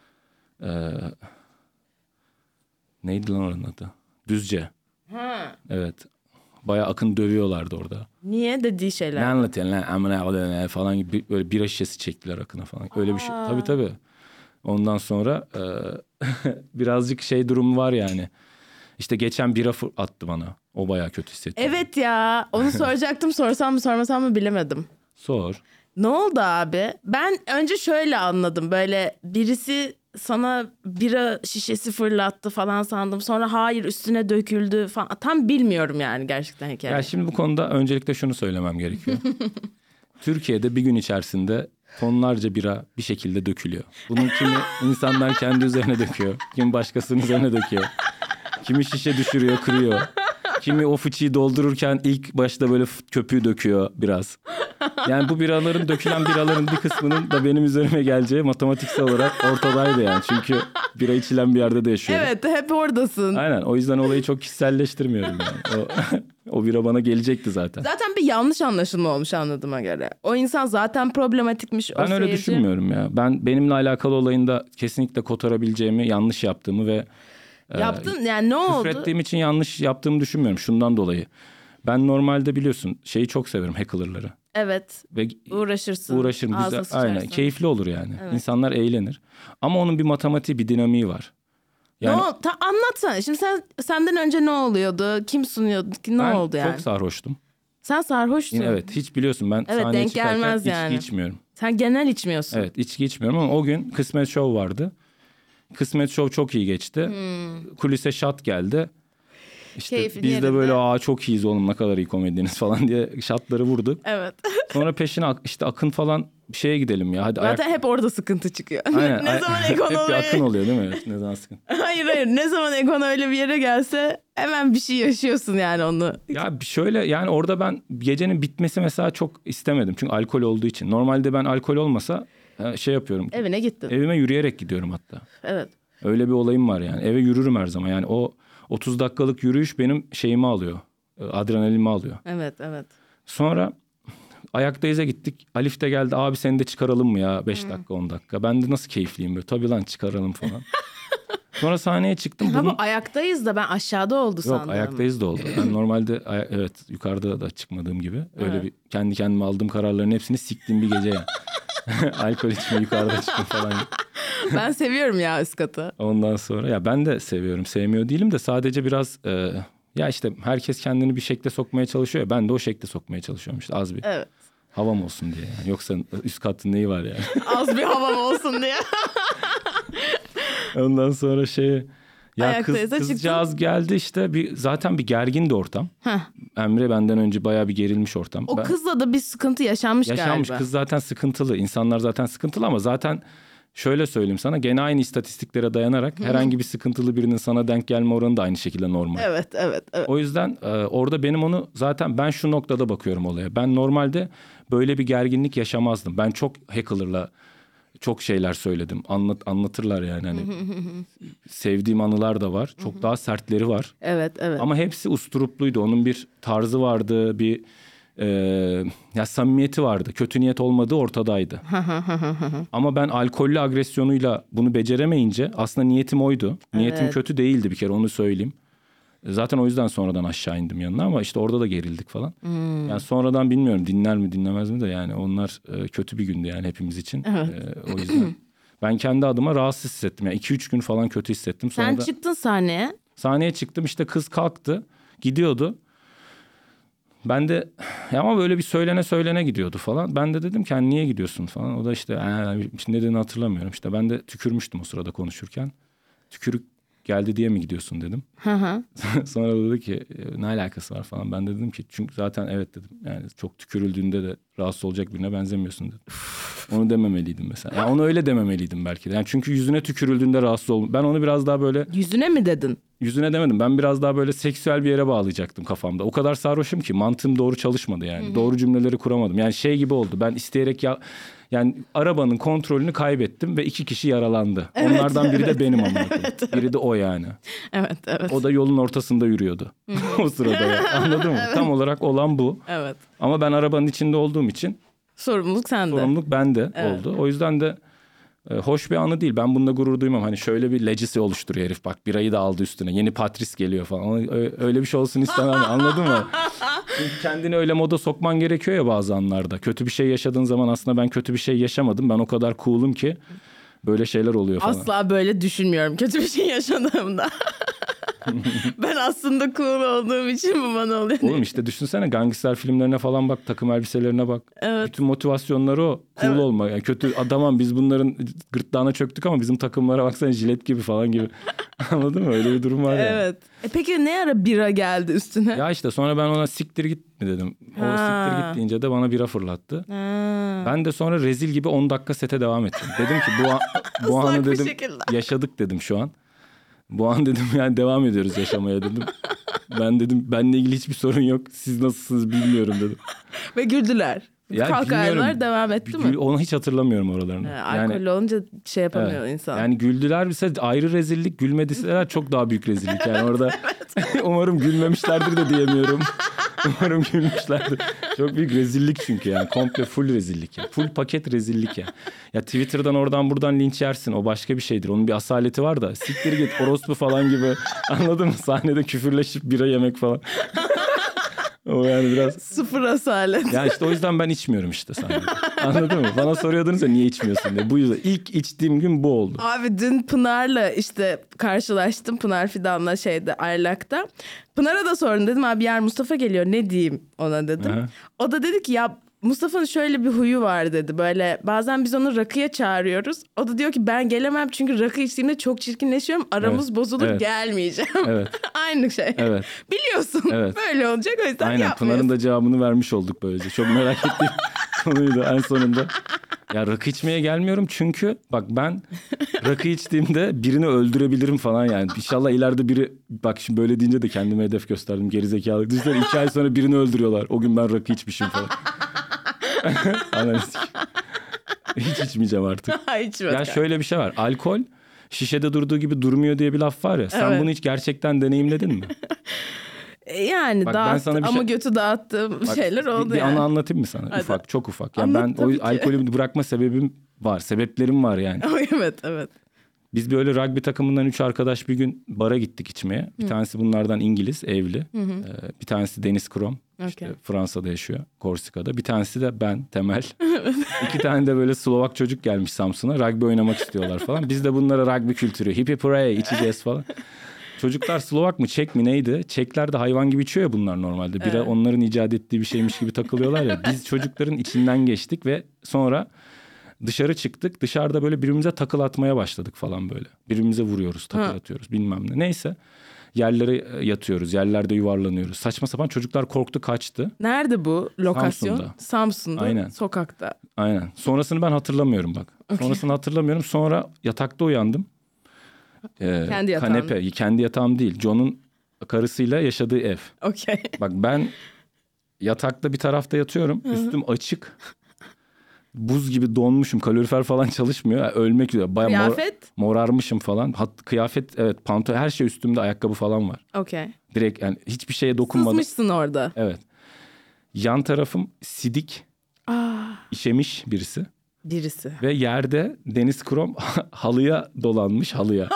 Neydi lan oranın adı? Düzce. Evet. Bayağı Akın dövüyorlardı orada. Niye dediği şeyler? Ne anlatıyorsun lan amına falan gibi böyle bira şişesi çektiler Akın'a falan. Öyle bir şey. Tabii. Ondan sonra birazcık şey durum var yani. İşte geçen bira attı bana. O bayağı kötü hissettim. Evet ya. Onu soracaktım. Sorsam mı sormasam mı bilemedim. Sor. Ne oldu abi? Ben önce şöyle anladım. Böyle birisi sana bira şişesi fırlattı falan sandım. Sonra hayır üstüne döküldü falan. Tam bilmiyorum yani gerçekten hikaye. Ya şimdi bu konuda öncelikle şunu söylemem gerekiyor. Türkiye'de bir gün içerisinde tonlarca bira bir şekilde dökülüyor. Bunun kimi insanlar kendi üzerine döküyor. Kimi başkasının üzerine döküyor. Kimi şişe düşürüyor, kırıyor. Kimi o fıçıyı doldururken ilk başta böyle köpüğü döküyor biraz. Yani bu biraların, dökülen biraların bir kısmının da benim üzerime geleceği matematiksel olarak ortadaydı yani. Çünkü bira içilen bir yerde de yaşıyorum. Evet, hep oradasın. Aynen, o yüzden olayı çok kişiselleştirmiyorum yani. O bira bana gelecekti zaten. Zaten bir yanlış anlaşılma olmuş anladığıma göre. O insan zaten problematikmiş. Ben öyle düşünmüyorum ya. Ben benimle alakalı olayında kesinlikle kotarabileceğimi, yanlış yaptığımı ve yaptın yani ne oldu? Küfrettiğim için yanlış yaptığımı düşünmüyorum şundan dolayı. Ben normalde biliyorsun şeyi çok severim, heckler'ları. Evet. Ve uğraşırsın. Uğraşırım. Aynen. Keyifli olur yani. Evet. İnsanlar eğlenir. Ama onun bir matematiği, bir dinamiği var. Yani, anlatsana. Şimdi senden önce ne oluyordu? Kim sunuyordu? Ne oldu yani? Ben çok sarhoştum. Sen sarhoştun. Evet. Hiç biliyorsun ben sahneye çıkarken içki içmiyorum. Sen genel içmiyorsun. Evet, içki içmiyorum ama o gün Kısmet Show vardı. Kısmet Show çok iyi geçti. Kulise shot geldi. İşte keyfin biz yerinde. de böyle çok iyiyiz oğlum, ne kadar iyi komedyeniz falan diye şatları vurduk. Evet. Sonra peşine işte Akın falan bir şeye gidelim ya. Hadi zaten hep orada sıkıntı çıkıyor. Aynen. Ne zaman ekonomi... Hep bir Akın oluyor değil mi? Ne zaman sıkıntı? Hayır. Ne zaman ekonomi öyle bir yere gelse hemen bir şey yaşıyorsun yani onu. Ya şöyle yani orada ben gecenin bitmesi mesela çok istemedim. Çünkü alkol olduğu için. Normalde ben alkol olmasa şey yapıyorum. Evine gittin. Evime yürüyerek gidiyorum hatta. Evet. Öyle bir olayım var yani. Eve yürürüm her zaman. Yani o 30 dakikalık yürüyüş benim şeyimi alıyor. Adrenalinimi alıyor. Evet. Sonra Ayaktayız'a gittik. Alif de geldi. Abi seni de çıkaralım mı ya? 5 dakika 10 dakika. Ben de nasıl keyifliyim böyle. Tabii lan çıkaralım falan. Sonra sahneye çıktım. Ama Ayaktayız da ben aşağıda oldu sandım. Yok, Ayaktayız da oldu. Ben normalde evet yukarıda da çıkmadığım gibi. Öyle bir kendi kendime aldığım kararların hepsini siktiğim bir gece yani. Alkol içme, yukarıda çıkma falan. Ben seviyorum ya üst katı. Ondan sonra ya ben de seviyorum. Sevmiyor değilim de sadece biraz ya işte herkes kendini bir şekle sokmaya çalışıyor. Ben de o şekle sokmaya çalışıyorum işte az bir. Evet. Havam olsun diye. Yani. Yoksa üst katın neyi var yani? Az bir havam olsun diye. Ondan sonra ya kızcağız geldi işte zaten bir gergindi ortam. Emre benden önce bayağı bir gerilmiş ortam. O kızla da bir sıkıntı yaşanmış galiba. Kız zaten sıkıntılı. İnsanlar zaten sıkıntılı ama zaten şöyle söyleyeyim sana, gene aynı istatistiklere dayanarak herhangi bir sıkıntılı birinin sana denk gelme oranı da aynı şekilde normal. Evet. O yüzden orada benim onu zaten ben şu noktada bakıyorum olaya. Ben normalde böyle bir gerginlik yaşamazdım. Ben çok heckler'la çok şeyler söyledim. Anlatırlar yani hani. Sevdiğim anılar da var. Çok daha sertleri var. Evet. Ama hepsi usturupluydu. Onun bir tarzı vardı, bir ya samimiyeti vardı. Kötü niyet olmadığı ortadaydı. Ama ben alkollü agresyonuyla bunu beceremeyince aslında niyetim oydu. Niyetim kötü değildi bir kere, onu söyleyeyim. Zaten o yüzden sonradan aşağı indim yanına ama işte orada da gerildik falan. Yani sonradan bilmiyorum dinler mi dinlemez mi de yani onlar kötü bir gündü yani hepimiz için. O yüzden ben kendi adıma rahatsız hissettim. Yani 2-3 gün falan kötü hissettim. Sonra Sen çıktın sahneye. Sahneye çıktım, işte kız kalktı, gidiyordu. Ben de ama böyle bir söylene gidiyordu falan. Ben de dedim ki hani niye gidiyorsun falan. O da işte nedenini hatırlamıyorum. İşte ben de tükürmüştüm o sırada konuşurken. Tükürük geldi diye mi gidiyorsun dedim. Sonra da dedi ki ne alakası var falan. Ben de dedim ki çünkü zaten evet dedim. Yani çok tükürüldüğünde de rahatsız olacak birine benzemiyorsun dedim. Onu dememeliydim mesela. Yani onu öyle dememeliydim belki de. Yani çünkü yüzüne tükürüldüğünde rahatsız oldum. Ben onu biraz daha böyle... Yüzüne mi dedin? Yüzüne demedim. Ben biraz daha böyle seksüel bir yere bağlayacaktım kafamda. O kadar sarhoşum ki mantığım doğru çalışmadı yani. Doğru cümleleri kuramadım. Yani şey gibi oldu. Ben isteyerek yani arabanın kontrolünü kaybettim ve 2 kişi yaralandı. Onlardan biri de benim amına koyayım. Biri de o yani. Evet. O da yolun ortasında yürüyordu. O sırada ya. Anladın mı? Tam olarak olan bu. Evet. Ama ben arabanın içinde olduğum için Sorumluluk sende. sorumluluk bende oldu. O yüzden de hoş bir anı değil. Ben bununla gurur duymam. Hani şöyle bir legacy oluşturuyor herif. Bak birayı da aldı üstüne. Yeni Patrice geliyor falan. Öyle bir şey olsun istemem. Anladın mı? Çünkü kendini öyle moda sokman gerekiyor ya bazı anlarda. Kötü bir şey yaşadığın zaman aslında ben kötü bir şey yaşamadım. Ben o kadar cool'um ki böyle şeyler oluyor falan. Asla böyle düşünmüyorum kötü bir şey yaşadığımda. Ben aslında cool olduğum için bu bana oluyor. Oğlum işte düşünsene gangster filmlerine falan bak, takım elbiselerine bak. Evet. Bütün motivasyonları o. Cool olma. Yani kötü adamım biz bunların gırtlağına çöktük ama bizim takımlara baksana jilet gibi falan gibi. Anladın mı? Öyle bir durum var ya. Evet. Peki ne ara bira geldi üstüne? Ya işte sonra ben ona siktir git mi dedim. O siktir git deyince de bana bira fırlattı. Ben de sonra rezil gibi 10 dakika sete devam ettim. Dedim ki bu anı dedim yaşadık dedim şu an. Bu an dedim yani devam ediyoruz yaşamaya dedim. Ben dedim benimle ilgili hiçbir sorun yok. Siz nasılsınız bilmiyorum dedim. Ve güldüler. Ya Kahkahalar devam etti mi? Onu hiç hatırlamıyorum oralarını. Alkollü olunca şey yapamıyor insan. Yani güldüler ise ayrı rezillik, gülmediler çok daha büyük rezillik. Yani orada umarım gülmemişlerdir de diyemiyorum. Umarım gülmüşlerdir. Çok büyük rezillik çünkü yani. Komple full rezillik ya. Full paket rezillik ya. Ya Twitter'dan oradan buradan linç yersin. O başka bir şeydir. Onun bir asaleti var da. Siktir git orospu falan gibi. Anladın mı? Sahnede küfürleşip bira yemek falan. O yani biraz... Sıfır asalet. Ya işte o yüzden ben içmiyorum işte sahnede. Anladın mı? Bana soruyordunuz ya niye içmiyorsun diye. Bu yüzden ilk içtiğim gün bu oldu. Abi dün Pınar'la işte karşılaştım. Pınar Fidan'la Aylak'ta. Pınar'a da sordum, dedim abi yer Mustafa geliyor ne diyeyim ona dedim. Aha. O da dedi ki ya Mustafa'nın şöyle bir huyu var dedi. Böyle bazen biz onu rakıya çağırıyoruz. O da diyor ki ben gelemem çünkü rakı içtiğimde çok çirkinleşiyorum. Aramız bozulur gelmeyeceğim. Evet. Aynı şey. Evet. Biliyorsun böyle olacak o yüzden aynen, yapmıyorsun. Pınar'ın da cevabını vermiş olduk böylece. Çok merak ettiğim konuydu en sonunda. Ya rakı içmeye gelmiyorum çünkü bak ben rakı içtiğimde birini öldürebilirim falan yani. İnşallah ileride biri, bak şimdi böyle deyince de kendime hedef gösterdim gerizekalı. Düşünsene 2 ay sonra birini öldürüyorlar. O gün ben rakı içmişim falan. Analiz. Hiç içmeyeceğim artık. Ya şöyle bir şey var. Alkol şişede durduğu gibi durmuyor diye bir laf var ya. Sen bunu hiç gerçekten deneyimledin mi? Yani bak, ama götü dağıttığım şeyler oldu bir yani. anı anlatayım mı sana? Hadi. Ufak, çok ufak. Yani anlat, ben o alkolü bırakma sebebim var. Sebeplerim var yani. Evet. Biz böyle rugby takımından 3 arkadaş bir gün bara gittik içmeye. Bir tanesi bunlardan İngiliz, evli. Bir tanesi Deniz Krom. İşte Fransa'da yaşıyor, Korsika'da. Bir tanesi de ben, Temel. 2 tane de böyle Slovak çocuk gelmiş Samsun'a. Rugby oynamak istiyorlar falan. Biz de bunlara rugby kültürü, hippie puree içeceğiz falan. Çocuklar Slovak mı, Çek mi neydi? Çekler de hayvan gibi içiyor ya bunlar normalde. Bira onların icat ettiği bir şeymiş gibi takılıyorlar ya. Biz çocukların içinden geçtik ve sonra dışarı çıktık. Dışarıda böyle birbirimize takıl atmaya başladık falan böyle. Birbirimize vuruyoruz, takıl atıyoruz bilmem ne. Neyse. yerlere yatıyoruz. Yerlerde yuvarlanıyoruz. Saçma sapan çocuklar korktu kaçtı. Nerede bu lokasyon? Samsun'da. Aynen. Sokakta. Aynen. Sonrasını ben hatırlamıyorum bak. Sonrasını hatırlamıyorum. Sonra yatakta uyandım. Kendi yatağın. Kanepe. Kendi yatağım değil. John'un karısıyla yaşadığı ev. Okey. Bak ben yatakta bir tarafta yatıyorum. Üstüm açık. Buz gibi donmuşum. Kalorifer falan çalışmıyor. Yani ölmek üzere. Kıyafet? Morarmışım falan. Kıyafet evet, pantolon, her şey üstümde, ayakkabı falan var. Okey. Direkt yani hiçbir şeye dokunmadım. Sızmışsın orada. Evet. Yan tarafım sidik. İşemiş birisi. Ve yerde deniz krom halıya dolanmış, halıya.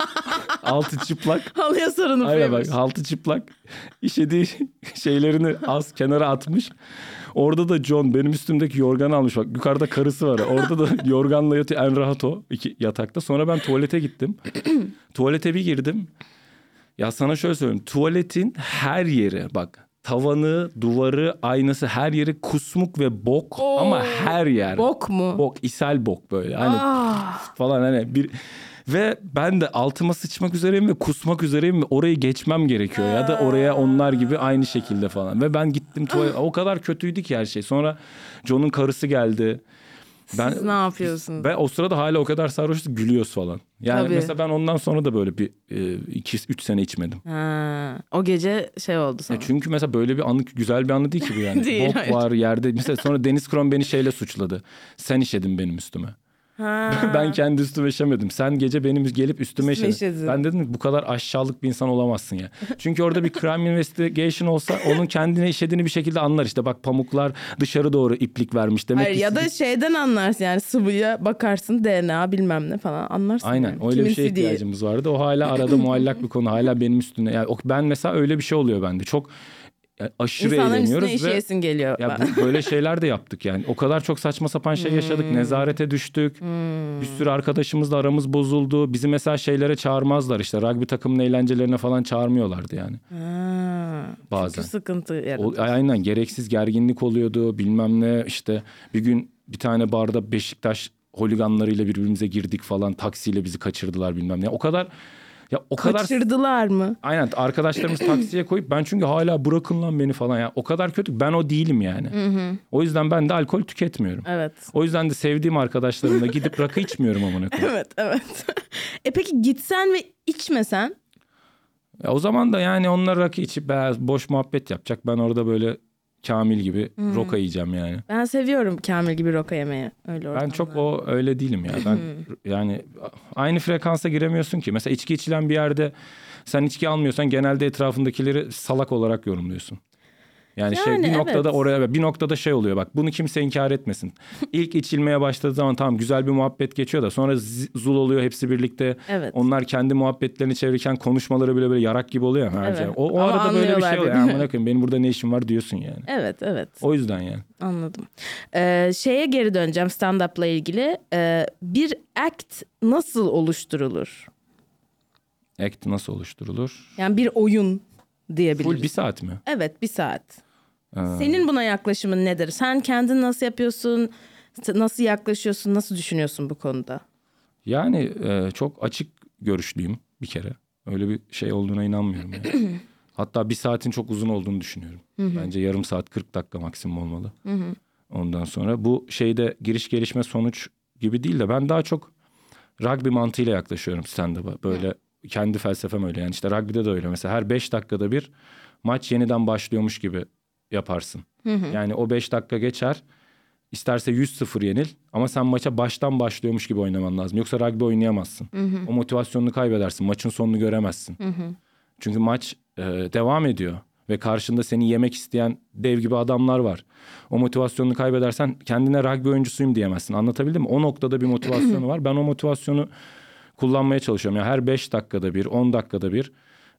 Altı çıplak. Halıya sarınıp Aynen bak, altı çıplak. İşediği şeylerini az kenara atmış. Orada da John benim üstümdeki yorganı almış. Bak yukarıda karısı var. Orada da yorganla yatıyor. En rahat o yatakta. Sonra ben tuvalete gittim. Tuvalete bir girdim. Ya sana şöyle söyleyeyim. Tuvaletin her yeri bak. Tavanı, duvarı, aynası, her yeri kusmuk ve bok. Ama her yer. Bok mu? Bok, ishal bok böyle. Hani falan hani bir... Ve ben de altıma sıçmak üzereyim ve kusmak üzereyim ve orayı geçmem gerekiyor. Ya da oraya onlar gibi aynı şekilde falan. Ve ben gittim tuvalete. O kadar kötüydü ki her şey. Sonra John'un karısı geldi. Siz ne yapıyorsunuz? Ben o sırada hala o kadar sarhoşuz, gülüyoruz falan. Yani Tabii. mesela ben ondan sonra da böyle bir 2-3 sene içmedim. O gece şey oldu sana. Çünkü mesela böyle bir anı, güzel bir anı değil ki bu yani. Değil, bok hayır. var yerde. Mesela sonra Deniz Kron beni şeyle suçladı. Sen işedin benim üstüme. Ben kendi üstüme işemedim. Sen gece benim gelip üstüme işedin. Ben dedim bu kadar aşağılık bir insan olamazsın ya. Çünkü orada bir crime investigation olsa onun kendine işediğini bir şekilde anlar. İşte bak pamuklar dışarı doğru iplik vermiş. Demek Hayır, ki ya da şeyden anlarsın yani, sıvıya bakarsın, DNA bilmem ne falan anlarsın. Aynen yani. öyle bir şeye Kiminsi diye. ihtiyacımız vardı. O hala arada muallak bir konu. Hala benim üstüne. Yani ben mesela öyle bir şey oluyor bende. Çok aşırı İnsanların eğleniyoruz üstüne ve işeyesin geliyor. ya böyle şeyler de yaptık yani. O kadar çok saçma sapan şey yaşadık. Nezarete düştük. Bir sürü arkadaşımızla aramız bozuldu. Bizi mesela şeylere çağırmazlar işte. Rugby takımının eğlencelerine falan çağırmıyorlardı yani. Bazen. Çünkü sıkıntı yaratır. Aynen, gereksiz gerginlik oluyordu. Bilmem ne işte. Bir gün bir tane barda Beşiktaş holiganlarıyla birbirimize girdik falan. Taksiyle bizi kaçırdılar bilmem ne. O kadar Kaçırdılar mı? Aynen, arkadaşlarımız taksiye koyup ben çünkü hala bırakın lan beni falan ya. O kadar kötü, ben o değilim yani. O yüzden ben de alkol tüketmiyorum. Evet. O yüzden de sevdiğim arkadaşlarımla gidip rakı içmiyorum amına koyayım. Evet. Peki gitsen ve içmesen? O zaman da yani onlar rakı içip boş muhabbet yapacak. Ben orada böyle Kamil gibi roka yiyeceğim yani. Ben seviyorum Kamil gibi roka yemeyi. Öyle Ben çok öyle değilim ya. Ben yani aynı frekansa giremiyorsun ki. Mesela içki içilen bir yerde sen içki almıyorsan genelde etrafındakileri salak olarak yorumluyorsun. Yani bir noktada evet. oraya bir noktada şey oluyor bak, bunu kimse inkar etmesin. İlk içilmeye başladığı zaman tamam güzel bir muhabbet geçiyor da sonra zul oluyor hepsi birlikte. Evet. Onlar kendi muhabbetlerini çevirirken konuşmaları bile böyle yarak gibi oluyor. Evet. Yani. O arada böyle bir şey oluyor. Yani bakın benim burada ne işim var diyorsun yani. Evet. O yüzden yani. Anladım. Şeye geri döneceğim stand-up'la ilgili. Bir act nasıl oluşturulur? Act nasıl oluşturulur? Yani bir oyun diyebiliriz. Full 1 saat mi? Evet, 1 saat. Senin buna yaklaşımın nedir? Sen kendin nasıl yapıyorsun? Nasıl yaklaşıyorsun? Nasıl düşünüyorsun bu konuda? Yani çok açık görüşlüyüm bir kere. Öyle bir şey olduğuna inanmıyorum yani. Hatta 1 saatin çok uzun olduğunu düşünüyorum. Bence yarım saat 40 dakika maksimum olmalı. Ondan sonra bu şeyde giriş gelişme sonuç gibi değil de ben daha çok rugby mantığıyla yaklaşıyorum stand-up'a. Böyle kendi felsefem öyle yani, işte rugby'de de öyle. Mesela her 5 dakikada bir maç yeniden başlıyormuş gibi yaparsın. Yani o 5 dakika geçer. İsterse 100-0 yenil ama sen maça baştan başlıyormuş gibi oynaman lazım. Yoksa rugby oynayamazsın. O motivasyonunu kaybedersin. Maçın sonunu göremezsin. Çünkü maç devam ediyor. Ve karşında seni yemek isteyen dev gibi adamlar var. O motivasyonunu kaybedersen kendine rugby oyuncusuyum diyemezsin. Anlatabildim mi? O noktada bir motivasyonu var. Ben o motivasyonu kullanmaya çalışıyorum. Yani her 5 dakikada bir, 10 dakikada bir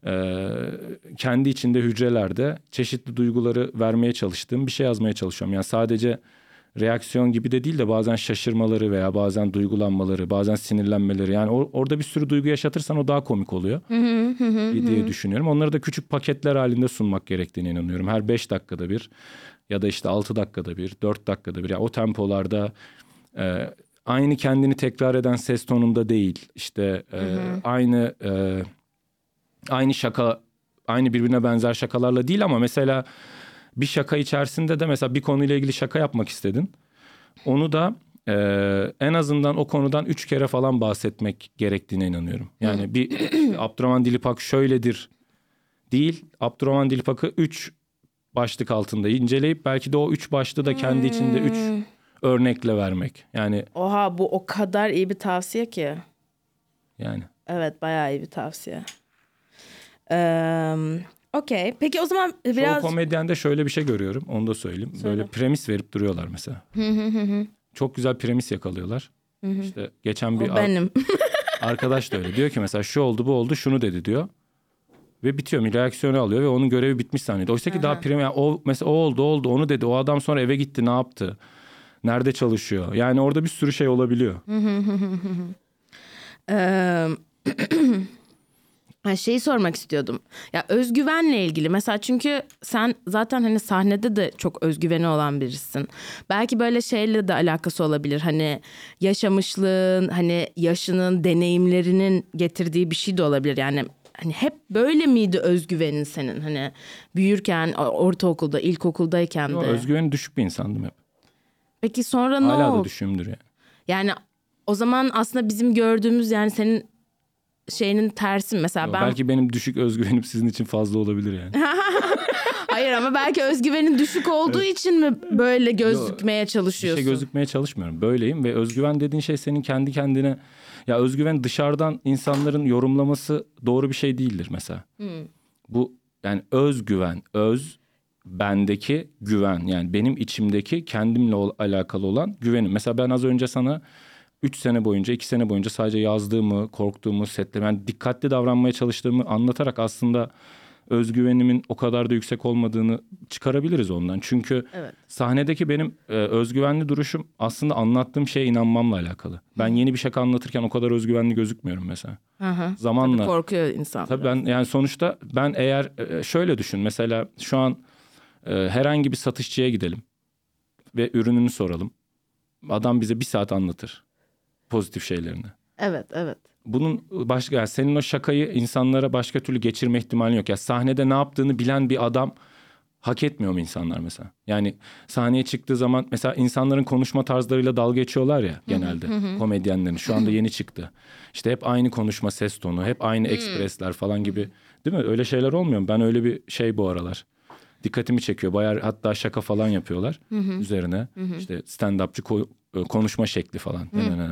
kendi içinde hücrelerde çeşitli duyguları vermeye çalıştığım bir şey yazmaya çalışıyorum. Yani sadece reaksiyon gibi de değil de bazen şaşırmaları veya bazen duygulanmaları, bazen sinirlenmeleri. Yani orada bir sürü duygu yaşatırsan o daha komik oluyor diye düşünüyorum. Onları da küçük paketler halinde sunmak gerektiğine inanıyorum. Her 5 dakikada bir ya da işte 6 dakikada bir, 4 dakikada bir. Yani o tempolarda aynı kendini tekrar eden ses tonunda değil. İşte aynı aynı birbirine benzer şakalarla değil ama mesela bir şaka içerisinde de mesela bir konuyla ilgili şaka yapmak istedin. Onu da en azından o konudan 3 kere falan bahsetmek gerektiğine inanıyorum. Yani bir Abdurrahman Dilipak şöyledir değil, Abdurrahman Dilipak'ı 3 başlık altında inceleyip belki de o 3 başlığı da kendi içinde 3 örnekle vermek. Yani Oha, bu o kadar iyi bir tavsiye ki. yani. Evet, bayağı iyi bir tavsiye. Okey. Peki o zaman biraz... Çoğu komedyende şöyle bir şey görüyorum. Onu da söyleyeyim. Böyle premis verip duruyorlar mesela. Çok güzel premis yakalıyorlar. İşte geçen bir benim. arkadaş da öyle. Diyor ki mesela şu oldu, bu oldu, şunu dedi diyor. Ve bitiyor. Bir reaksiyonu alıyor ve onun görevi bitmiş zannediyor. Oysa ki daha premis... Yani o, mesela o oldu, onu dedi. O adam sonra eve gitti, ne yaptı? Nerede çalışıyor? Yani orada bir sürü şey olabiliyor. Şeyi sormak istiyordum. Ya özgüvenle ilgili mesela, çünkü sen zaten hani sahnede de çok özgüveni olan birisin. Belki böyle şeyle de alakası olabilir. Hani yaşamışlığın, hani yaşının, deneyimlerinin getirdiği bir şey de olabilir. Yani hani hep böyle miydi özgüvenin senin? Hani büyürken, ortaokulda, ilkokuldayken de. Özgüveni düşük bir insandım hep. Peki sonra ne oldu? Hala da düşüğümdür yani. Yani o zaman aslında bizim gördüğümüz, yani senin şeyinin tersi mesela. Belki benim düşük özgüvenim sizin için fazla olabilir yani. Hayır, ama belki özgüvenin düşük olduğu için mi böyle gözükmeye çalışıyorsun? Bir şey gözükmeye çalışmıyorum. Böyleyim ve özgüven dediğin şey senin kendi kendine... Ya özgüven dışarıdan insanların yorumlaması doğru bir şey değildir mesela. Bu yani özgüven, bendeki güven, yani benim içimdeki kendimle alakalı olan güvenim. Mesela ben az önce sana 3 sene boyunca, 2 sene boyunca sadece yazdığımı, korktuğumu, setleme, yani dikkatli davranmaya çalıştığımı anlatarak aslında özgüvenimin o kadar da yüksek olmadığını çıkarabiliriz ondan. Çünkü sahnedeki benim özgüvenli duruşum aslında anlattığım şeye inanmamla alakalı. Ben yeni bir şaka anlatırken o kadar özgüvenli gözükmüyorum mesela. Zamanla. Tabii korkuyor insan. Tabii ben yani sonuçta ben eğer şöyle düşün, mesela şu an herhangi bir satışçıya gidelim ve ürününü soralım. Adam bize 1 saat anlatır pozitif şeylerini. Evet. Bunun başka, yani senin o şakayı insanlara başka türlü geçirme ihtimali yok. Ya sahnede ne yaptığını bilen bir adam hak etmiyor mu insanlar mesela? Yani sahneye çıktığı zaman mesela insanların konuşma tarzlarıyla dalga geçiyorlar ya genelde komedyenlerin. Şu anda yeni çıktı. İşte hep aynı konuşma ses tonu, hep aynı ekspresler falan gibi. Değil mi? Öyle şeyler olmuyor mu? Ben öyle bir şey bu aralar. Dikkatimi çekiyor. Bayağı hatta şaka falan yapıyorlar üzerine. İşte stand-upçı konuşma şekli falan.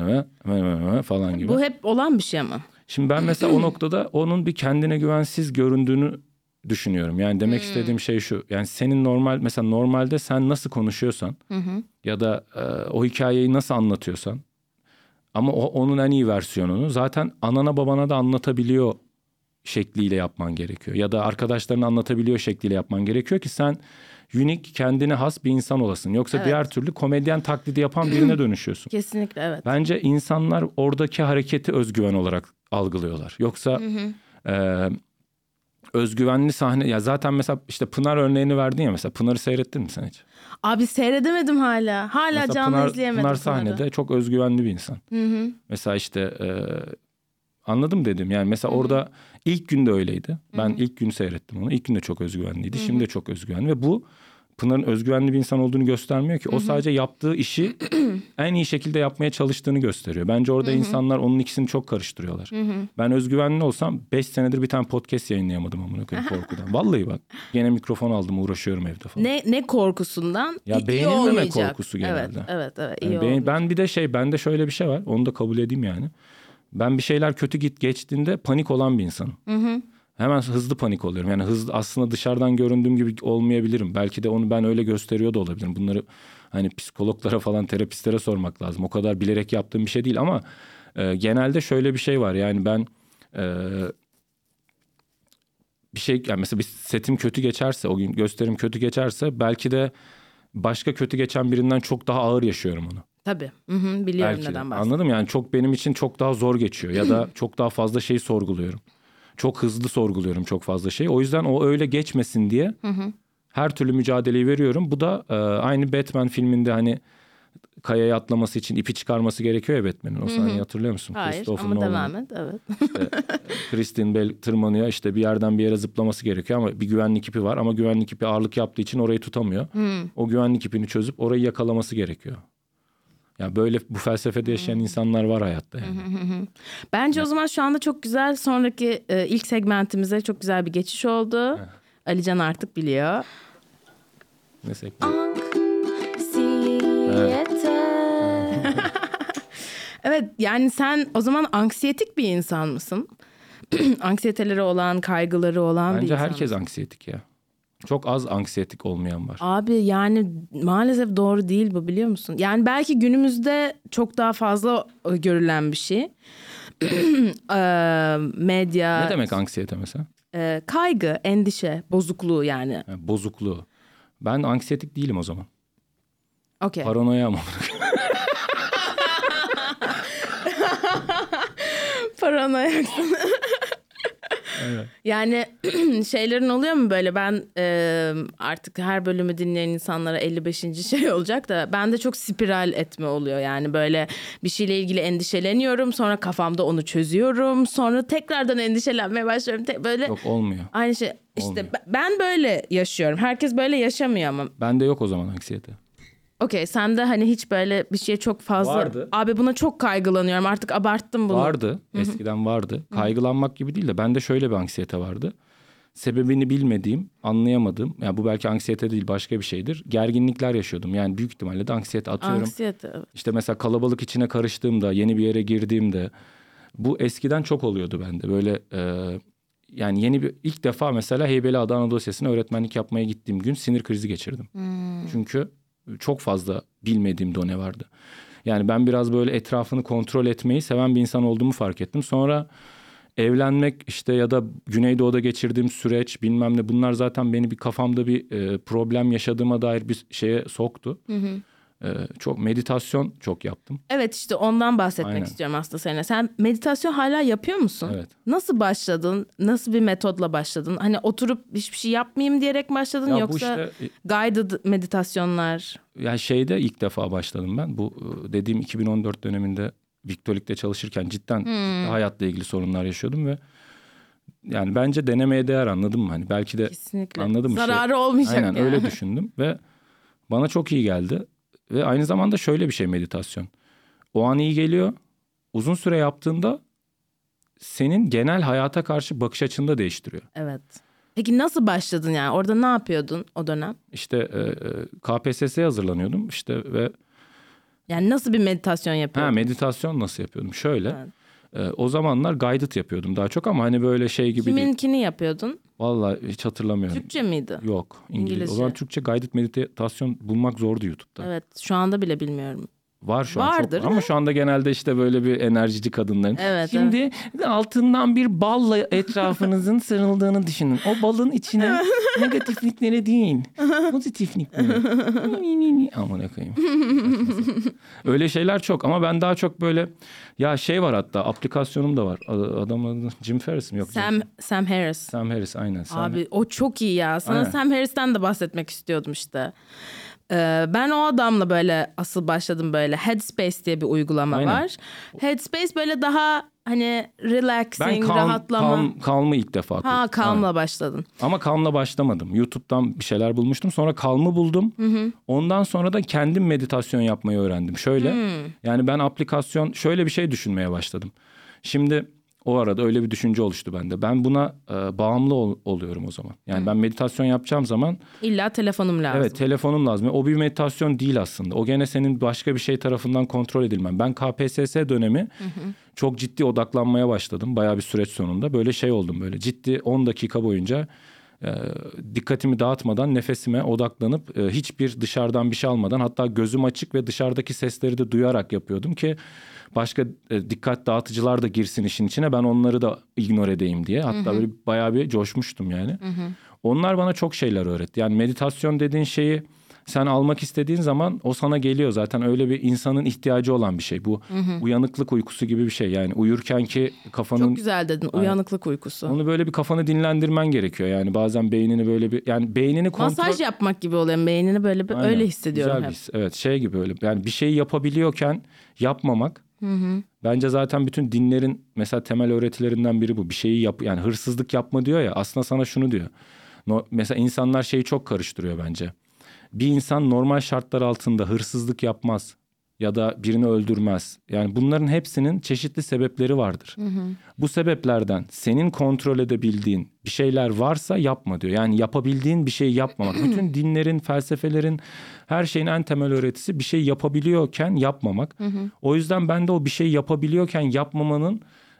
Falan gibi. Bu hep olan bir şey ama. Şimdi ben mesela o noktada onun bir kendine güvensiz göründüğünü düşünüyorum. Yani demek istediğim şey şu. Yani senin normalde sen nasıl konuşuyorsan ya da o hikayeyi nasıl anlatıyorsan, ama onun en iyi versiyonunu zaten anana babana da anlatabiliyor şekliyle yapman gerekiyor. Ya da arkadaşlarına anlatabiliyor şekliyle yapman gerekiyor ki sen unique, kendine has bir insan olasın. Yoksa diğer türlü komedyen taklidi yapan birine dönüşüyorsun. Kesinlikle, evet. Bence insanlar oradaki hareketi özgüven olarak algılıyorlar. Yoksa özgüvenli sahne... Ya zaten mesela işte Pınar örneğini verdin ya mesela. Pınar'ı seyrettin mi sen hiç? Abi seyredemedim hala. Hala mesela canlı izleyemedim. Pınar sahnede çok özgüvenli bir insan. Mesela işte... Anladım dedim. Yani mesela orada ilk günde öyleydi. Ben ilk gün seyrettim onu. İlk günde çok özgüvenliydi. Şimdi de çok özgüvenli ve bu Pınar'ın özgüvenli bir insan olduğunu göstermiyor ki. O sadece yaptığı işi en iyi şekilde yapmaya çalıştığını gösteriyor. Bence orada insanlar onun ikisini çok karıştırıyorlar. Ben özgüvenli olsam 5 senedir bir tane podcast yayınlayamadım amına koyayım korkudan. Vallahi bak, gene mikrofon aldım, uğraşıyorum evde falan. Ne korkusundan? Ya beğenilmeme korkusu genelde. Evet, iyi yani ben bir de bende şöyle bir şey var. Onu da kabul edeyim yani. Ben bir şeyler kötü geçtiğinde panik olan bir insanım. Hemen hızlı panik oluyorum. Yani aslında dışarıdan göründüğüm gibi olmayabilirim. Belki de onu ben öyle gösteriyor da olabilirim. Bunları hani psikologlara falan, terapistlere sormak lazım. O kadar bilerek yaptığım bir şey değil ama genelde şöyle bir şey var. Yani ben bir şey, yani mesela bir setim kötü geçerse, o gün gösterim kötü geçerse belki de başka kötü geçen birinden çok daha ağır yaşıyorum onu. Tabii. Biliyorum belki neden bahsediyorsun. Anladım, yani çok benim için çok daha zor geçiyor ya da çok daha fazla şey sorguluyorum. Çok hızlı sorguluyorum çok fazla şey. O yüzden o öyle geçmesin diye her türlü mücadeleyi veriyorum. Bu da aynı Batman filminde hani kayaya atlaması için ipi çıkarması gerekiyor ya Batman'in. O sahneyi hatırlıyor musun? Hayır Christopher ama Nolan'ın. devam et. Evet. İşte, Christian Bale tırmanıyor, işte bir yerden bir yere zıplaması gerekiyor ama bir güvenlik ipi var ama güvenlik ipi ağırlık yaptığı için orayı tutamıyor. O güvenlik ipini çözüp orayı yakalaması gerekiyor. Ya böyle bu felsefede yaşayan insanlar var hayatta yani. Bence o zaman şu anda çok güzel, sonraki ilk segmentimize çok güzel bir geçiş oldu. Alican artık biliyor. Ne sekme? Evet, yani sen o zaman anksiyetik bir insan mısın? Anksiyeteleri olan, kaygıları olan bir Bence insan herkes mısın? anksiyetik ya. Çok az anksiyetik olmayan var. Abi yani maalesef doğru değil bu, biliyor musun? Yani belki günümüzde çok daha fazla görülen bir şey. Medya, Ne demek anksiyete mesela? kaygı, endişe, bozukluğu yani. Yani bozukluğu. Ben anksiyetik değilim o zaman. Okey. Paranoya ama. Paranoyaksın. Evet. Yani şeylerin oluyor mu böyle, ben artık her bölümü dinleyen insanlara 55. şey olacak da bende çok spiral etme oluyor. Yani böyle bir şeyle ilgili endişeleniyorum, sonra kafamda onu çözüyorum, sonra tekrardan endişelenmeye başlıyorum. Böyle Yok, olmuyor. aynı şey işte, Olmuyor. ben böyle yaşıyorum. Herkes böyle yaşamıyor ama. Bende yok o zaman anksiyete. Okey, sende hani hiç böyle bir şeye çok fazla... Vardı. Abi buna çok kaygılanıyorum, artık abarttım bunu. Vardı. Eskiden vardı. Kaygılanmak gibi değil de bende şöyle bir anksiyete vardı. Sebebini bilmediğim, anlayamadığım, yani bu belki anksiyete değil başka bir şeydir. Gerginlikler yaşıyordum. Yani büyük ihtimalle de anksiyete atıyorum. Anksiyete, evet. İşte mesela kalabalık içine karıştığımda, yeni bir yere girdiğimde, bu eskiden çok oluyordu bende. Böyle yani ilk defa mesela Heybeliada Anadolu Lisesi'ne öğretmenlik yapmaya gittiğim gün sinir krizi geçirdim. Çünkü çok fazla bilmediğim done vardı. Yani ben biraz böyle etrafını kontrol etmeyi seven bir insan olduğumu fark ettim. Sonra evlenmek işte ya da Güneydoğu'da geçirdiğim süreç bilmem ne, bunlar zaten beni bir kafamda bir problem yaşadığıma dair bir şeye soktu. Çok meditasyon çok yaptım. Evet, işte ondan bahsetmek Aynen. istiyorum aslında seninle. Sen meditasyon hala yapıyor musun? Evet. Nasıl başladın? Nasıl bir metodla başladın? Hani oturup hiçbir şey yapmayayım diyerek başladın, Ya bu yoksa işte, guided meditasyonlar? yani şeyde ilk defa başladım ben. Bu dediğim 2014 döneminde Viktolik'te çalışırken cidden hayatla ilgili sorunlar yaşıyordum ve yani bence denemeye değer, anladın mı? Hani belki de Kesinlikle. anladın mı? Zararı olmayacak Aynen yani. öyle düşündüm ve bana çok iyi geldi. Ve aynı zamanda şöyle bir şey meditasyon. O an iyi geliyor. Uzun süre yaptığında senin genel hayata karşı bakış açını da değiştiriyor. Evet. Peki nasıl başladın yani? Orada ne yapıyordun o dönem? İşte KPSS'ye hazırlanıyordum işte ve Yani nasıl bir meditasyon yapıyordun? meditasyon nasıl yapıyordum? Şöyle Evet. o zamanlar guided yapıyordum daha çok ama hani böyle şey gibi değil. Kiminkini yapıyordun? Vallahi hiç hatırlamıyorum. Türkçe miydi? Yok, İngilizce. İngilizce. O zaman Türkçe guided meditasyon bulmak zordu YouTube'da. Evet, şu anda bile bilmiyorum. Var şu an Vardır, çok. Ama şu anda genelde işte böyle bir enerjici kadınların. Evet, Şimdi altından bir balla etrafınızın sarıldığını düşünün. O balın içine negatiflikleri değil, pozitiflikleri. Aman akayım. Öyle şeyler çok ama ben daha çok böyle, ya şey var, hatta aplikasyonum da var. Adamın adı Jim Ferriss mi? Yok. Sam Harris. Sam Harris, aynen. Abi o çok iyi ya. Sana Aynen. Sam Harris'ten de bahsetmek istiyordum işte. Ben o adamla böyle asıl başladım böyle. Headspace diye bir uygulama Aynen. var. Headspace böyle daha hani Ben relaxing, rahatlama. Calm'ı ilk defa kurdum. Ha, Calm'la Aynen. başladın. Ama Calm'la başlamadım. YouTube'dan bir şeyler bulmuştum. Sonra Calm'ı buldum. Ondan sonra da kendim meditasyon yapmayı öğrendim. Şöyle, yani ben aplikasyon, şöyle bir şey düşünmeye başladım. Şimdi o arada öyle bir düşünce oluştu bende. Ben buna bağımlı oluyorum o zaman. Yani ben meditasyon yapacağım zaman İlla telefonum lazım. evet, telefonum lazım. O bir meditasyon değil aslında. O gene senin başka bir şey tarafından kontrol edilmen. Ben KPSS dönemi çok ciddi odaklanmaya başladım. Bayağı bir süreç sonunda. Böyle şey oldum, böyle ciddi 10 dakika boyunca dikkatimi dağıtmadan nefesime odaklanıp hiçbir dışarıdan bir şey almadan, hatta gözüm açık ve dışarıdaki sesleri de duyarak yapıyordum ki başka dikkat dağıtıcılar da girsin işin içine, ben onları da ignore edeyim diye. Hatta böyle bayağı bir coşmuştum yani. Onlar bana çok şeyler öğretti. Yani meditasyon dediğin şeyi sen almak istediğin zaman o sana geliyor. Zaten öyle bir insanın ihtiyacı olan bir şey. Bu uyanıklık uykusu gibi bir şey. Yani uyurkenki kafanın... Çok güzel dedin, uyanıklık uykusu. Onu böyle bir kafanı dinlendirmen gerekiyor. Yani bazen beynini böyle bir... Yani beynini kontrol... Masaj yapmak gibi oluyor. Beynini böyle bir öyle hissediyorum güzel hep. Bir his. Evet, şey gibi öyle. Yani bir şeyi yapabiliyorken yapmamak. Bence zaten bütün dinlerin mesela temel öğretilerinden biri bu. Bir şeyi yap, yani hırsızlık yapma diyor ya. Aslında sana şunu diyor. Mesela insanlar şeyi çok karıştırıyor bence. Bir insan normal şartlar altında hırsızlık yapmaz ya da birini öldürmez. Yani bunların hepsinin çeşitli sebepleri vardır. Bu sebeplerden senin kontrol edebildiğin bir şeyler varsa yapma diyor. Yani yapabildiğin bir şeyi yapmamak. Bütün dinlerin, felsefelerin, her şeyin en temel öğretisi bir şey yapabiliyorken yapmamak. O yüzden ben de o bir şey yapabiliyorken yapmamanın...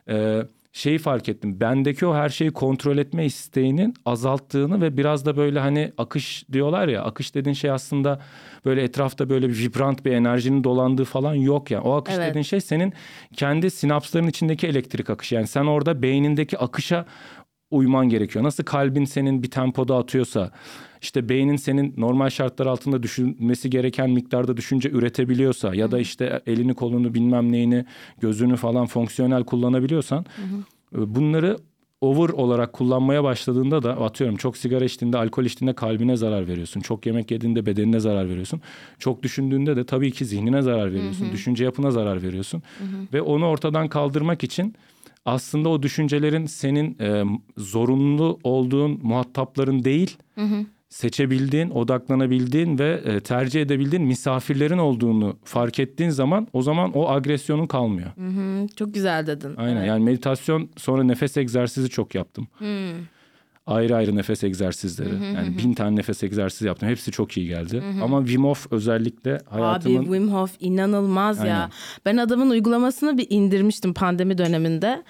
şeyi fark ettim. Bendeki o her şeyi kontrol etme isteğinin azalttığını ve biraz da böyle hani akış diyorlar ya. Akış dediğin şey aslında böyle etrafta böyle bir vibrant bir enerjinin dolandığı falan yok yani. O akış dediğin şey senin kendi sinapsların içindeki elektrik akışı. Yani sen orada beynindeki akışa uyman gerekiyor. Nasıl kalbin senin bir tempoda atıyorsa, işte beynin senin normal şartlar altında düşünmesi gereken miktarda düşünce üretebiliyorsa ya da işte elini kolunu bilmem neyini gözünü falan fonksiyonel kullanabiliyorsan bunları over olarak kullanmaya başladığında da atıyorum çok sigara içtiğinde, alkol içtiğinde kalbine zarar veriyorsun. Çok yemek yediğinde bedenine zarar veriyorsun. Çok düşündüğünde de tabii ki zihnine zarar veriyorsun. Düşünce yapına zarar veriyorsun. Ve onu ortadan kaldırmak için aslında o düşüncelerin senin zorunlu olduğun muhatapların değil, seçebildiğin, odaklanabildiğin ve tercih edebildiğin misafirlerin olduğunu fark ettiğin zaman o zaman o agresyonun kalmıyor. Çok güzel dedin. Aynen Evet. yani meditasyon sonra nefes egzersizi çok yaptım. Ayrı ayrı nefes egzersizleri. Yani 1000 tane nefes egzersizi yaptım. Hepsi çok iyi geldi. Ama Wim Hof özellikle hayatımın... Abi Wim Hof inanılmaz ya. Aynen. Ben adamın uygulamasını bir indirmiştim pandemi döneminde.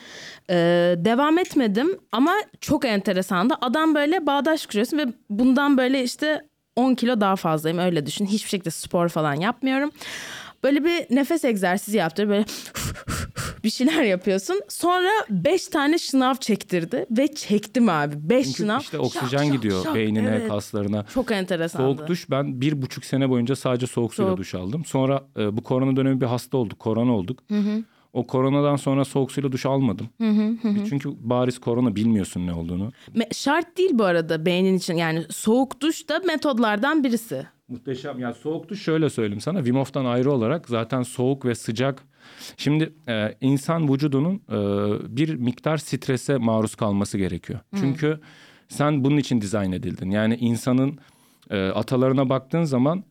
Devam etmedim ama çok enteresandı. Adam böyle bağdaş kuruyorsun ve bundan böyle işte 10 kilo daha fazlayım öyle düşün. Hiçbir şekilde spor falan yapmıyorum. Böyle bir nefes egzersizi yaptı. Böyle bir şeyler yapıyorsun. Sonra 5 tane şınav çektirdi ve çektim abi. 5 Çünkü şınav. işte oksijen Şak, gidiyor şak. beynine, Evet. kaslarına. Çok enteresandı. Soğuk duş, ben 1,5 sene boyunca sadece soğuk suyla duş aldım. Sonra bu korona dönemi bir hasta olduk. Korona olduk. O koronadan sonra soğuk suyla duş almadım. Çünkü bariz korona, bilmiyorsun ne olduğunu. Şart değil bu arada beynin için. Yani soğuk duş da metodlardan birisi. Muhteşem. Yani soğuk duş, şöyle söyleyeyim sana. Wim Hof'tan ayrı olarak zaten soğuk ve sıcak. Şimdi insan vücudunun bir miktar strese maruz kalması gerekiyor. Çünkü sen bunun için dizayn edildin. Yani insanın atalarına baktığın zaman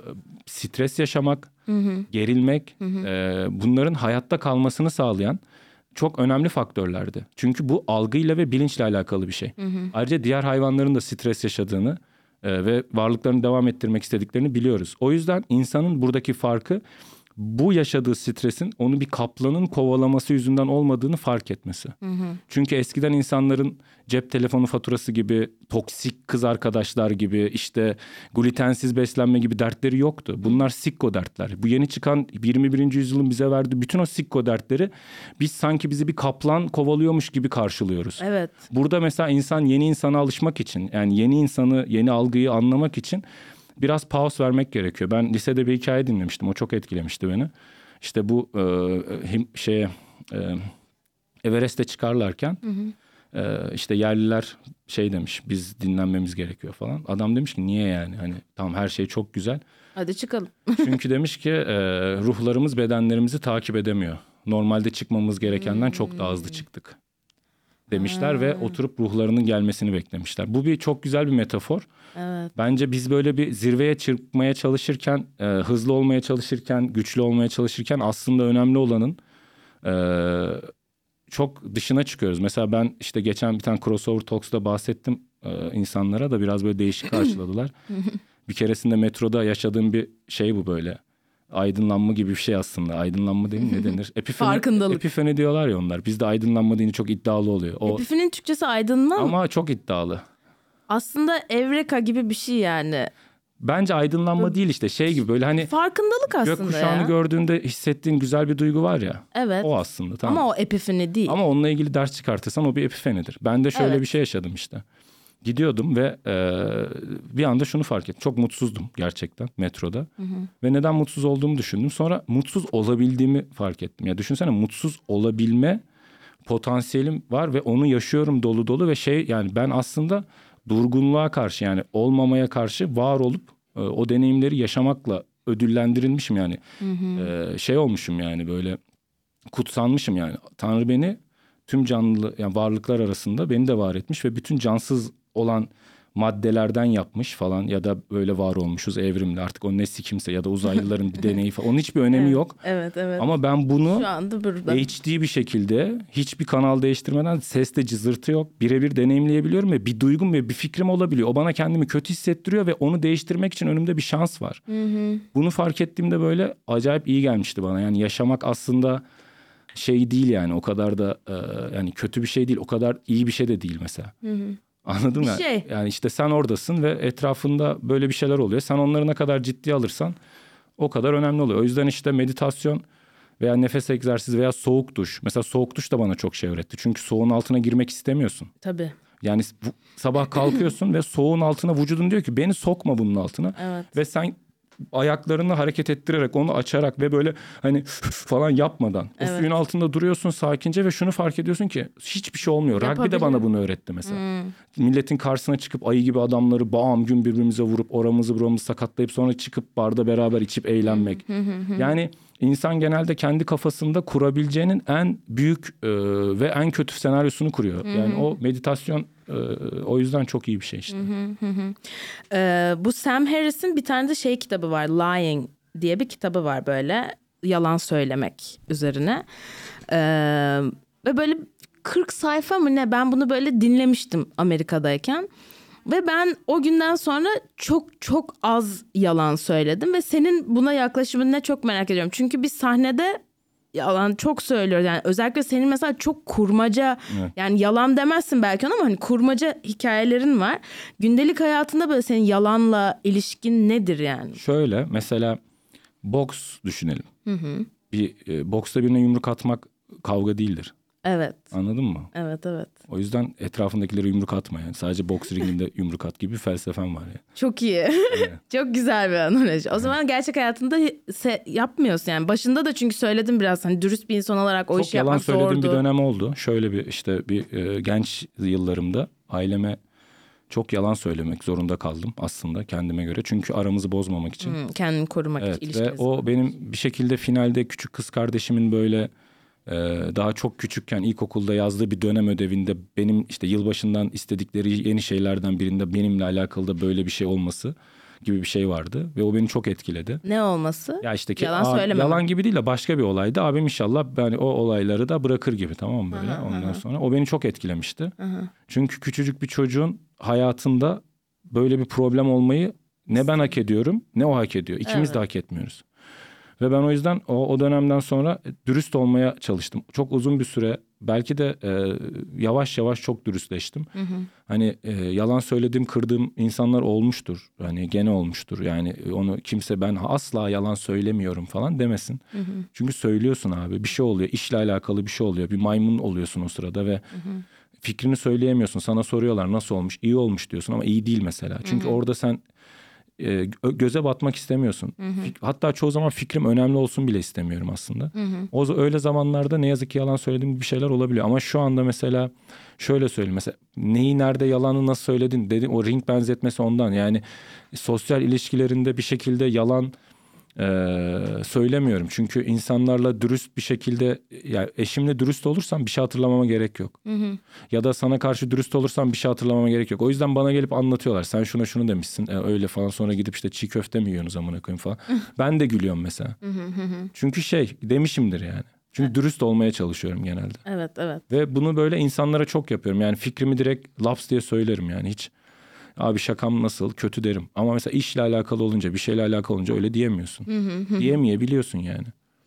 stres yaşamak, gerilmek, bunların hayatta kalmasını sağlayan çok önemli faktörlerdi. Çünkü bu algıyla ve bilinçle alakalı bir şey. Ayrıca diğer hayvanların da stres yaşadığını ve varlıklarını devam ettirmek istediklerini biliyoruz. O yüzden insanın buradaki farkı bu yaşadığı stresin onu bir kaplanın kovalaması yüzünden olmadığını fark etmesi. Çünkü eskiden insanların cep telefonu faturası gibi, toksik kız arkadaşlar gibi, işte glutensiz beslenme gibi dertleri yoktu. Bunlar sikko dertler. Bu yeni çıkan 21. yüzyılın bize verdiği bütün o sikko dertleri biz sanki bizi bir kaplan kovalıyormuş gibi karşılıyoruz. Evet. Burada mesela insan yeni insana alışmak için, yani yeni insanı, yeni algıyı anlamak için biraz pause vermek gerekiyor. Ben lisede bir hikaye dinlemiştim. O çok etkilemişti beni. İşte bu Everest'e çıkarlarken işte yerliler şey demiş, biz dinlenmemiz gerekiyor falan. Adam demiş ki niye yani? Hani tamam, her şey çok güzel. Hadi çıkalım. Çünkü demiş ki ruhlarımız bedenlerimizi takip edemiyor. Normalde çıkmamız gerekenden çok daha hızlı çıktık demişler ve oturup ruhlarının gelmesini beklemişler. Bu bir çok güzel bir metafor. Evet. Bence biz böyle bir zirveye çıkmaya çalışırken, hızlı olmaya çalışırken, güçlü olmaya çalışırken aslında önemli olanın çok dışına çıkıyoruz. Mesela ben işte geçen bir tane Crossover Talks'da bahsettim insanlara da biraz böyle değişik karşıladılar. Bir keresinde metroda yaşadığım bir şey bu böyle. Aydınlanma gibi bir şey aslında. Aydınlanma değil mi? Ne denir? Farkındalık. Epifani diyorlar ya onlar. Bizde aydınlanma deyince çok iddialı oluyor. Epifinin Türkçesi aydınlanma mı? Ama çok iddialı. Aslında evreka gibi bir şey yani. Bence aydınlanma değil işte, şey gibi böyle hani Farkındalık aslında gökkuşağını ya. gördüğünde hissettiğin güzel bir duygu var ya. Evet. O aslında, tamam. Ama o epifani değil. Ama onunla ilgili ders çıkartırsan o bir epifanidir. Ben de şöyle Evet. bir şey yaşadım işte. Gidiyordum ve bir anda şunu fark ettim. Çok mutsuzdum gerçekten metroda. Ve neden mutsuz olduğumu düşündüm. Sonra mutsuz olabildiğimi fark ettim. Ya düşünsene, mutsuz olabilme potansiyelim var ve onu yaşıyorum dolu dolu ve yani ben aslında durgunluğa karşı, yani olmamaya karşı var olup o deneyimleri yaşamakla ödüllendirilmişim yani. Olmuşum yani, böyle kutsanmışım yani. Tanrı beni tüm canlı, yani varlıklar arasında beni de var etmiş ve bütün cansız olan maddelerden yapmış falan, ya da böyle var olmuşuz evrimle, artık o nesi kimse ya da uzaylıların bir deneyi falan, onun hiçbir önemi yok. Evet. Ama ben bunu Şu anda burada HD bir şekilde, hiçbir kanal değiştirmeden, seste cızırtı yok, birebir deneyimleyebiliyorum ve bir duygum ve bir fikrim olabiliyor. O bana kendimi kötü hissettiriyor ve onu değiştirmek için önümde bir şans var. Bunu fark ettiğimde böyle acayip iyi gelmişti bana. Yani yaşamak aslında değil yani, o kadar da yani kötü bir şey değil, o kadar iyi bir şey de değil mesela. Anladın mı? Yani işte sen oradasın ve etrafında böyle bir şeyler oluyor. Sen onları ne kadar ciddiye alırsan o kadar önemli oluyor. O yüzden işte meditasyon veya nefes egzersizi veya soğuk duş. Mesela soğuk duş da bana çok şey öğretti. Çünkü soğuğun altına girmek istemiyorsun. Tabii. Yani sabah kalkıyorsun ve soğuğun altına vücudun diyor ki beni sokma bunun altına. Evet. Ve sen ayaklarını hareket ettirerek, onu açarak ve böyle hani falan yapmadan o suyun altında duruyorsun sakince ve şunu fark ediyorsun ki hiçbir şey olmuyor. Rugby de bana bunu öğretti mesela. Milletin karşısına çıkıp ayı gibi adamları bağım gün birbirimize vurup oramızı buramızı sakatlayıp sonra çıkıp barda beraber içip eğlenmek. Yani insan genelde kendi kafasında kurabileceğinin en büyük ve en kötü senaryosunu kuruyor. Yani o meditasyon o yüzden çok iyi bir şey işte. Bu Sam Harris'in bir tane de kitabı var. Lying diye bir kitabı var, böyle yalan söylemek üzerine. Ve böyle 40 sayfa mı ne, ben bunu böyle dinlemiştim Amerika'dayken. Ve ben o günden sonra çok az yalan söyledim ve senin buna yaklaşımını ne çok merak ediyorum. Çünkü biz sahnede yalan çok söylüyoruz. Yani özellikle senin mesela çok kurmaca, yani yalan demezsin belki ama hani kurmaca hikayelerin var. Gündelik hayatında böyle senin yalanla ilişkin nedir yani? Şöyle mesela boks düşünelim. Boksta birine yumruk atmak kavga değildir. Evet. Anladın mı? Evet. O yüzden etrafındakilere yumruk atma yani. Sadece boks ringinde yumruk at gibi bir felsefem var yani. Çok iyi. Evet. Çok güzel bir analoji. O zaman gerçek hayatında yapmıyorsun yani. Başında da çünkü söyledim biraz, hani dürüst bir insan olarak o işi yapmak zordu. Çok yalan söylediğim bir dönem oldu. Şöyle bir genç yıllarımda aileme çok yalan söylemek zorunda kaldım aslında kendime göre. Çünkü aramızı bozmamak için. Kendini korumak için. Evet, ve o benim bir şekilde finalde küçük kız kardeşimin böyle daha çok küçükken ilkokulda yazdığı bir dönem ödevinde benim işte yılbaşından istedikleri yeni şeylerden birinde benimle alakalı da böyle bir şey olması gibi bir şey vardı ve o beni çok etkiledi. Ne olması? Ya işte yalan söylemem. Yalan gibi değil de başka bir olaydı. Abim inşallah yani o olayları da bırakır gibi, tamam mı böyle? Ondan sonra o beni çok etkilemişti. Çünkü küçücük bir çocuğun hayatında böyle bir problem olmayı ne ben hak ediyorum ne o hak ediyor. İkimiz de hak etmiyoruz. Ve ben o yüzden o dönemden sonra dürüst olmaya çalıştım. Çok uzun bir süre, belki de yavaş yavaş çok dürüstleştim. Hani yalan söylediğim, kırdığım insanlar olmuştur. Hani gene olmuştur. Yani onu kimse ben asla yalan söylemiyorum falan demesin. Çünkü söylüyorsun abi, bir şey oluyor. İşle alakalı bir şey oluyor. Bir maymun oluyorsun o sırada ve fikrini söyleyemiyorsun. Sana soruyorlar nasıl olmuş? İyi olmuş diyorsun ama iyi değil mesela. Çünkü orada sen göze batmak istemiyorsun. Hatta çoğu zaman fikrim önemli olsun bile istemiyorum aslında. Öyle zamanlarda ne yazık ki yalan söylediğim bir şeyler olabiliyor. Ama şu anda mesela şöyle söyleyeyim. Mesela neyi nerede yalanı nasıl söyledin dedim. O ring benzetmesi ondan. Yani sosyal ilişkilerinde bir şekilde yalan söylemiyorum. Çünkü insanlarla dürüst bir şekilde, yani eşimle dürüst olursam bir şey hatırlamama gerek yok. Ya da sana karşı dürüst olursam bir şey hatırlamama gerek yok. O yüzden bana gelip anlatıyorlar. Sen şunu demişsin öyle falan, sonra gidip işte çiğ köfte mi yiyorsunuz amına koyayım falan. Ben de gülüyorum mesela. Çünkü demişimdir yani. Çünkü dürüst olmaya çalışıyorum genelde. Evet. Ve bunu böyle insanlara çok yapıyorum. Yani fikrimi direkt laps diye söylerim yani, hiç abi şakam nasıl kötü derim. Ama mesela işle alakalı olunca, bir şeyle alakalı olunca öyle diyemiyorsun. Diyemeyebiliyorsun yani.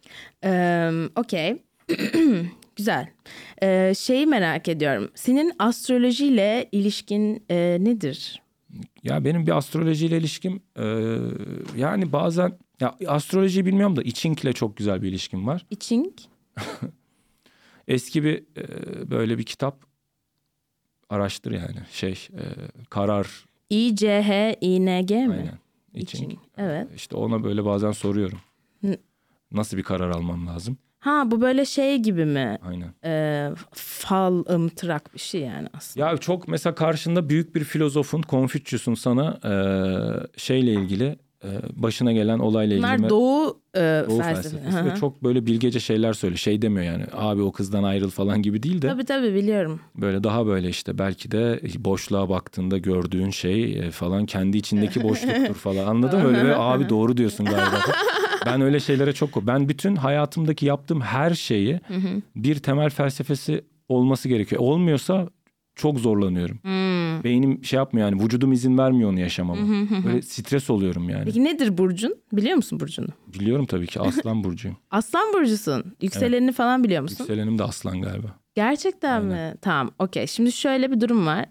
Okey. Güzel. Şeyi merak ediyorum. Senin astrolojiyle ilişkin nedir? Ya benim bir astrolojiyle ilişkim yani bazen, ya astrolojiyi bilmiyorum da I Ching'le çok güzel bir ilişkim var. I Ching? Eski bir böyle bir kitap. araştır yani. Karar. İCHİNG mi? Aynen. İçing. Evet. İşte ona böyle bazen soruyorum. Nasıl bir karar almam lazım? Ha, bu böyle şey gibi mi? Aynen. Fal, ımtırak bir şey yani aslında. Ya çok mesela karşında büyük bir filozofun, Konfüçyüs'ün sana şeyle ilgili başına gelen olayla ilgili. Bunlar Doğu felsefesi ve çok böyle bilgece şeyler söylüyor. Şey demiyor yani abi o kızdan ayrıl falan gibi değil de. Tabii biliyorum. Böyle daha böyle işte belki de boşluğa baktığında gördüğün şey falan kendi içindeki boşluktur falan. Anladın mı? Öyle abi doğru diyorsun galiba. Ben öyle şeylere ben bütün hayatımdaki yaptığım her şeyi bir temel felsefesi olması gerekiyor. Olmuyorsa çok zorlanıyorum. Beynim şey yapmıyor yani, vücudum izin vermiyor onu yaşamama. Böyle stres oluyorum yani. Peki nedir burcun? Biliyor musun burcunu? Biliyorum tabii ki, Aslan burcuyum. Aslan burcusun. Yükselenini falan biliyor musun? Yükselenim de Aslan galiba. Gerçekten mi? Tamam, okey. Şimdi şöyle bir durum var.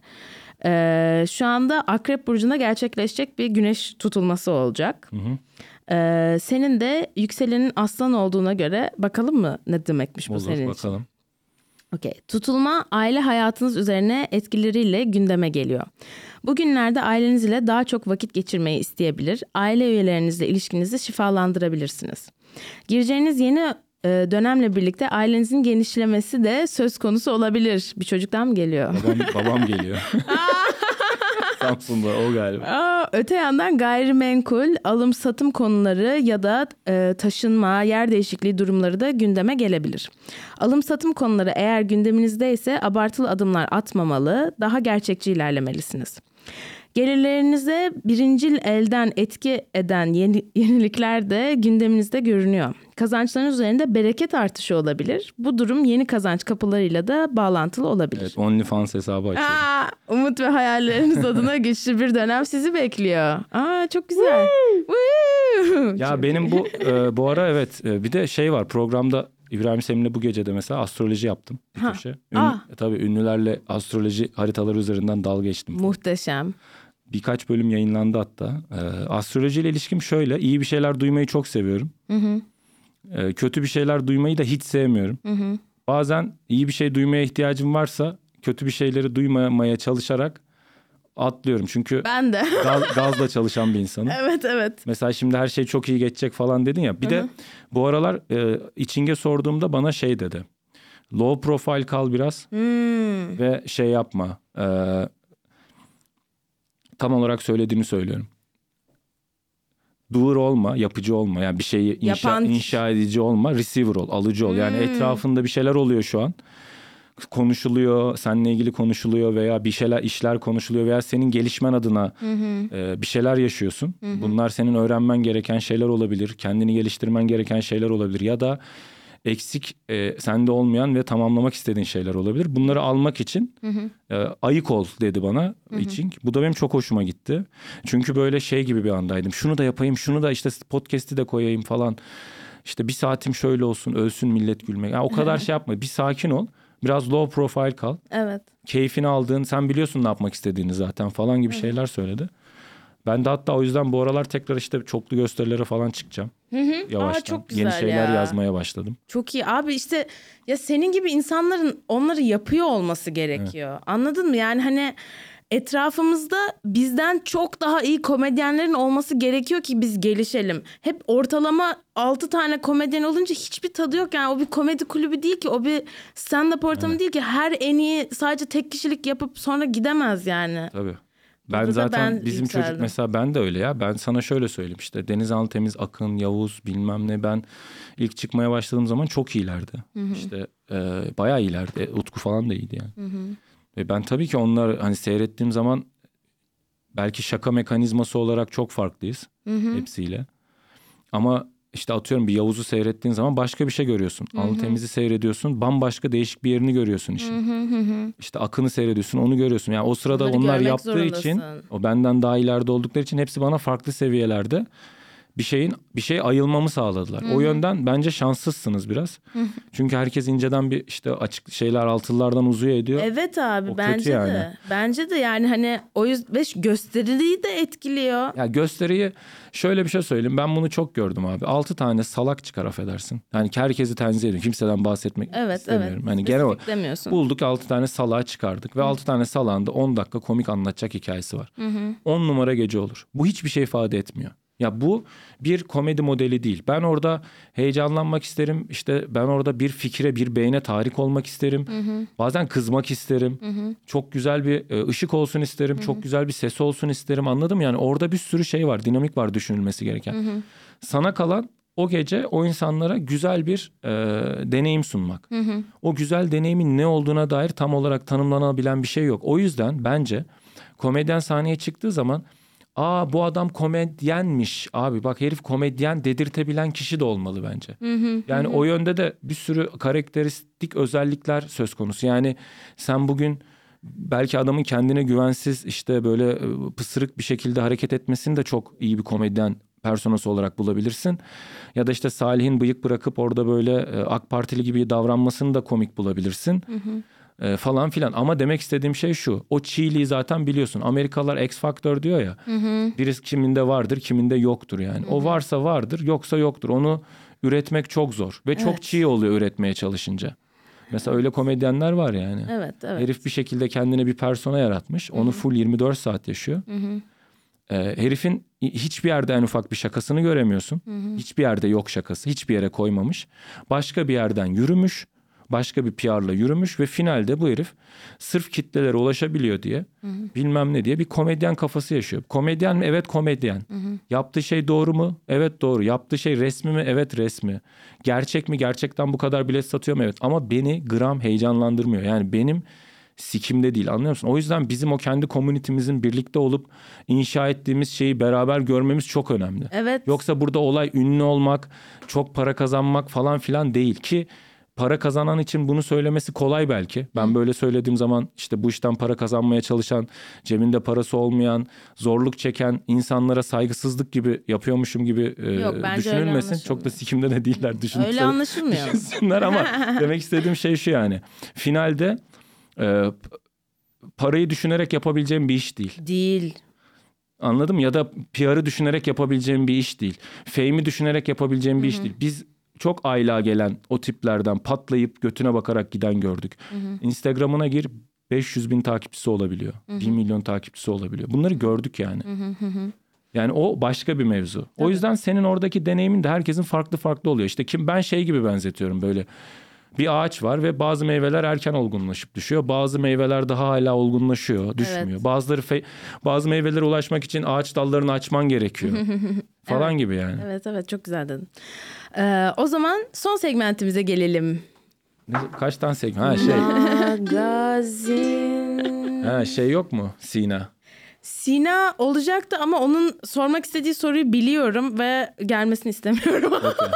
Şu anda Akrep burcunda gerçekleşecek bir güneş tutulması olacak. Senin de yükselenin Aslan olduğuna göre bakalım mı ne demekmiş bu olur, senin için? bakalım. Okey. Tutulma aile hayatınız üzerine etkileriyle gündeme geliyor. Bugünlerde aileniz ile daha çok vakit geçirmeyi isteyebilir. Aile üyelerinizle ilişkinizi şifalandırabilirsiniz. Gireceğiniz yeni dönemle birlikte ailenizin genişlemesi de söz konusu olabilir. Bir çocuktan mı geliyor? Babam geliyor. Samsun'da o galiba. Öte yandan gayrimenkul, alım satım konuları ya da taşınma, yer değişikliği durumları da gündeme gelebilir. Alım satım konuları eğer gündeminizdeyse abartılı adımlar atmamalı, daha gerçekçi ilerlemelisiniz. Gelirlerinize birincil elden etki eden yenilikler de gündeminizde görünüyor. Kazançlarınız üzerinde bereket artışı olabilir. Bu durum yeni kazanç kapılarıyla da bağlantılı olabilir. Evet, OnlyFans hesabı açıyorum. Umut ve hayalleriniz adına güçlü bir dönem sizi bekliyor. Çok güzel. Ya benim bu ara evet bir de şey var programda. İbrahim Selim'le bu gece de mesela astroloji yaptım bir köşe. Tabii ünlülerle astroloji haritaları üzerinden dalga geçtim. Muhteşem. Birkaç bölüm yayınlandı hatta. Astrolojiyle ilişkim şöyle: iyi bir şeyler duymayı çok seviyorum. Kötü bir şeyler duymayı da hiç sevmiyorum. Bazen iyi bir şey duymaya ihtiyacım varsa kötü bir şeyleri duymamaya çalışarak atlıyorum. Çünkü ben de gazla çalışan bir insanım. Evet. Mesela şimdi her şey çok iyi geçecek falan dedin ya. Bir de bu aralar İçing'e sorduğumda bana şey dedi. Low profile kal biraz ve şey yapma. Tam olarak söylediğini söylüyorum. Doer olma, yapıcı olma. Yani bir şeyi inşa edici olma, receiver ol, alıcı ol. Yani etrafında bir şeyler oluyor şu an. Konuşuluyor, seninle ilgili konuşuluyor veya bir şeyler, işler konuşuluyor veya senin gelişmen adına bir şeyler yaşıyorsun. Bunlar senin öğrenmen gereken şeyler olabilir, kendini geliştirmen gereken şeyler olabilir ya da eksik sende olmayan ve tamamlamak istediğin şeyler olabilir. Bunları almak için ayık ol dedi bana İçing. Bu da benim çok hoşuma gitti. Çünkü böyle şey gibi bir andaydım. Şunu da yapayım, şunu da işte podcast'i de koyayım falan. İşte bir saatim şöyle olsun, ölsün millet gülmek. Yani o kadar şey yapma. Bir sakin ol. Biraz low profile kal. Evet. Keyfini aldığın, sen biliyorsun ne yapmak istediğini zaten falan gibi şeyler söyledi. Ben de hatta o yüzden bu aralar tekrar işte çoklu gösterilere falan çıkacağım. Yavaştan. Çok güzel yeni şeyler ya. yazmaya başladım. Çok iyi abi, işte ya senin gibi insanların onları yapıyor olması gerekiyor. Evet. Anladın mı? Yani hani etrafımızda bizden çok daha iyi komedyenlerin olması gerekiyor ki biz gelişelim. Hep ortalama 6 tane komedyen olunca hiçbir tadı yok. Yani o bir komedi kulübü değil ki, o bir stand-up ortamı değil ki. Her en iyi sadece tek kişilik yapıp sonra gidemez yani. Tabii. Ben zaten bizim çocuk mesela, ben de öyle ya. Ben sana şöyle söyleyeyim, işte Denizhanlı Temiz, Akın, Yavuz bilmem ne, ben ilk çıkmaya başladığım zaman çok iyilerdi. İşte bayağı iyilerdi. Utku falan da iyiydi yani. Ve ben tabii ki onlar hani seyrettiğim zaman belki şaka mekanizması olarak çok farklıyız hepsiyle. Ama işte atıyorum bir Yavuz'u seyrettiğin zaman başka bir şey görüyorsun. Alnı Temiz'i seyrediyorsun, bambaşka değişik bir yerini görüyorsun işin. İşte Akın'ı seyrediyorsun, onu görüyorsun. Yani o sırada onlar yaptığı için, o benden daha ileride oldukları için hepsi bana farklı seviyelerde. bir şey ayılmamı sağladılar. O yönden bence şanssızsınız biraz. Çünkü herkes inceden bir işte açık şeyler altıllardan uzuyor ediyor. Evet abi, O bence kötü yani. de. Bence de yani hani o yüzden ve gösteriliği de etkiliyor. Ya gösteriyi şöyle bir şey söyleyeyim. Ben bunu çok gördüm abi. 6 tane salak çıkar affedersin. Yani herkesi tenzih ediyorum. Kimseden bahsetmek istemiyorum. Hani genel olarak demiyorsun. bulduk 6 tane salağı çıkardık. Ve 6 tane salağın da 10 dakika komik anlatacak hikayesi var. 10 numara gece olur. Bu hiçbir şey ifade etmiyor. Ya bu bir komedi modeli değil. Ben orada heyecanlanmak isterim. İşte ben orada bir fikre, bir beyne tahrik olmak isterim. Bazen kızmak isterim. Çok güzel bir ışık olsun isterim. Çok güzel bir ses olsun isterim. Anladın mı? Yani orada bir sürü şey var, dinamik var düşünülmesi gereken. Sana kalan o gece o insanlara güzel bir deneyim sunmak. O güzel deneyimin ne olduğuna dair tam olarak tanımlanabilen bir şey yok. O yüzden bence komedyen sahneye çıktığı zaman bu adam komedyenmiş abi, bak herif komedyen dedirtebilen kişi de olmalı bence. Yani o yönde de bir sürü karakteristik özellikler söz konusu. Yani sen bugün belki adamın kendine güvensiz işte böyle pısırık bir şekilde hareket etmesini de çok iyi bir komedyen personası olarak bulabilirsin. Ya da işte Salih'in bıyık bırakıp orada böyle AK Partili gibi davranmasını da komik bulabilirsin. Falan filan. Ama demek istediğim şey şu. O çiğliği zaten biliyorsun. Amerikalılar X Factor diyor ya. Birisi kiminde vardır, kiminde yoktur yani. O varsa vardır, yoksa yoktur. Onu üretmek çok zor. Ve çok çiğ oluyor üretmeye çalışınca. Mesela öyle komedyenler var yani. Evet. Herif bir şekilde kendine bir persona yaratmış. Onu full 24 saat yaşıyor. Herifin hiçbir yerde en ufak bir şakasını göremiyorsun. Hiçbir yerde yok şakası. Hiçbir yere koymamış. Başka bir yerden yürümüş. Başka bir PR'la yürümüş ve finalde bu herif sırf kitlelere ulaşabiliyor diye bilmem ne diye bir komedyen kafası yaşıyor. Komedyen mi? Evet komedyen. Yaptığı şey doğru mu? Evet doğru. Yaptığı şey resmi mi? Evet resmi. Gerçek mi? Gerçekten bu kadar bilet satıyor mu? Evet. Ama beni gram heyecanlandırmıyor. Yani benim sikimde değil, anlıyor musun? O yüzden bizim o kendi komünitemizin birlikte olup inşa ettiğimiz şeyi beraber görmemiz çok önemli. Evet. Yoksa burada olay ünlü olmak, çok para kazanmak falan filan değil ki. Para kazanan için bunu söylemesi kolay belki. Ben böyle söylediğim zaman işte bu işten para kazanmaya çalışan, cebinde parası olmayan, zorluk çeken insanlara saygısızlık gibi yapıyormuşum gibi düşünülmesin. Çok da sikimde de değiller. Öyle anlaşılmıyor. Düşünsünler ama demek istediğim şey şu yani. Finalde parayı düşünerek yapabileceğim bir iş değil. Değil. Anladın mı? Ya da PR'ı düşünerek yapabileceğim bir iş değil. Fame'i düşünerek yapabileceğim bir iş değil. Biz çok aylığa gelen o tiplerden patlayıp götüne bakarak giden gördük. Instagram'ına gir 500 bin takipçisi olabiliyor. 1 milyon takipçisi olabiliyor. Bunları gördük yani. Yani o başka bir mevzu. O yüzden senin oradaki deneyimin de herkesin farklı farklı oluyor. İşte ben şey gibi benzetiyorum böyle. Bir ağaç var ve bazı meyveler erken olgunlaşıp düşüyor. Bazı meyveler daha hala olgunlaşıyor, düşmüyor. Evet. Bazı meyvelere ulaşmak için ağaç dallarını açman gerekiyor. Falan gibi yani. Evet çok güzel dedin. O zaman son segmentimize gelelim. Kaç tane segment? Magazin. Şey yok mu Sina? Sina olacaktı ama onun sormak istediği soruyu biliyorum ve gelmesini istemiyorum.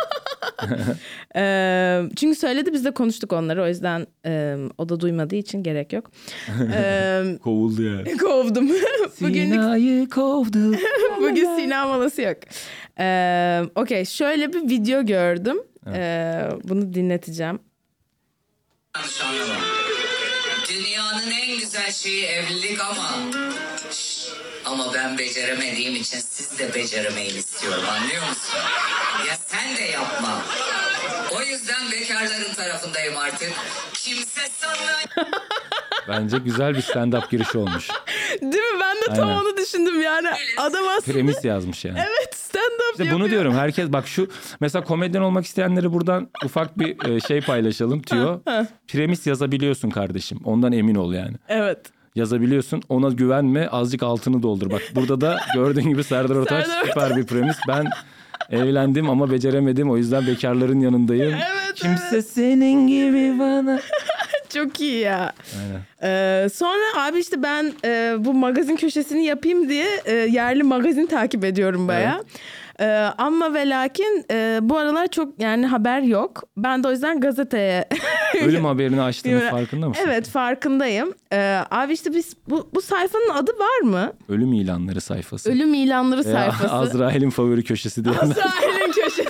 Çünkü söyledi, biz de konuştuk onları, o yüzden o da duymadığı için gerek yok. Kovuldu yani. Kovdum. Sina'yı kovdu. Bugün Sina molası yok. Okey, şöyle bir video gördüm. Bunu dinleteceğim. Dünyanın en güzel şeyi evlilik ama ben beceremediğim için siz de beceremeyin istiyorum, anlıyor musun? Ya sen de yapma. O yüzden bekarların tarafındayım artık. Kimse sana... Bence güzel bir stand-up girişi olmuş. Değil mi? Ben de tam Aynen. onu düşündüm yani. Adam aslında... Premis yazmış yani. Evet, stand-up İşte yapıyor. bunu diyorum, herkes bak şu mesela komedyen olmak isteyenleri buradan ufak bir şey paylaşalım tüyo. Premis yazabiliyorsun kardeşim, ondan emin ol yani. Evet. Yazabiliyorsun, ona güvenme, azıcık altını doldur. Bak burada da gördüğün gibi Serdar Ortaç süper bir premis. Ben evlendim ama beceremedim, o yüzden bekarların yanındayım. Evet, Kimse senin gibi bana. Çok iyi ya. Aynen. Sonra abi işte ben bu magazin köşesini yapayım diye yerli magazin takip ediyorum bayağı. Ama ve lakin bu aralar çok yani haber yok. Ben de o yüzden gazeteye... Ölüm haberini açtığınız farkında mısın? Evet, farkındayım. Abi işte biz bu sayfanın adı var mı? Ölüm ilanları sayfası. Ölüm ilanları sayfası. Azrail'in favori köşesi diye. Azrail'in köşesi.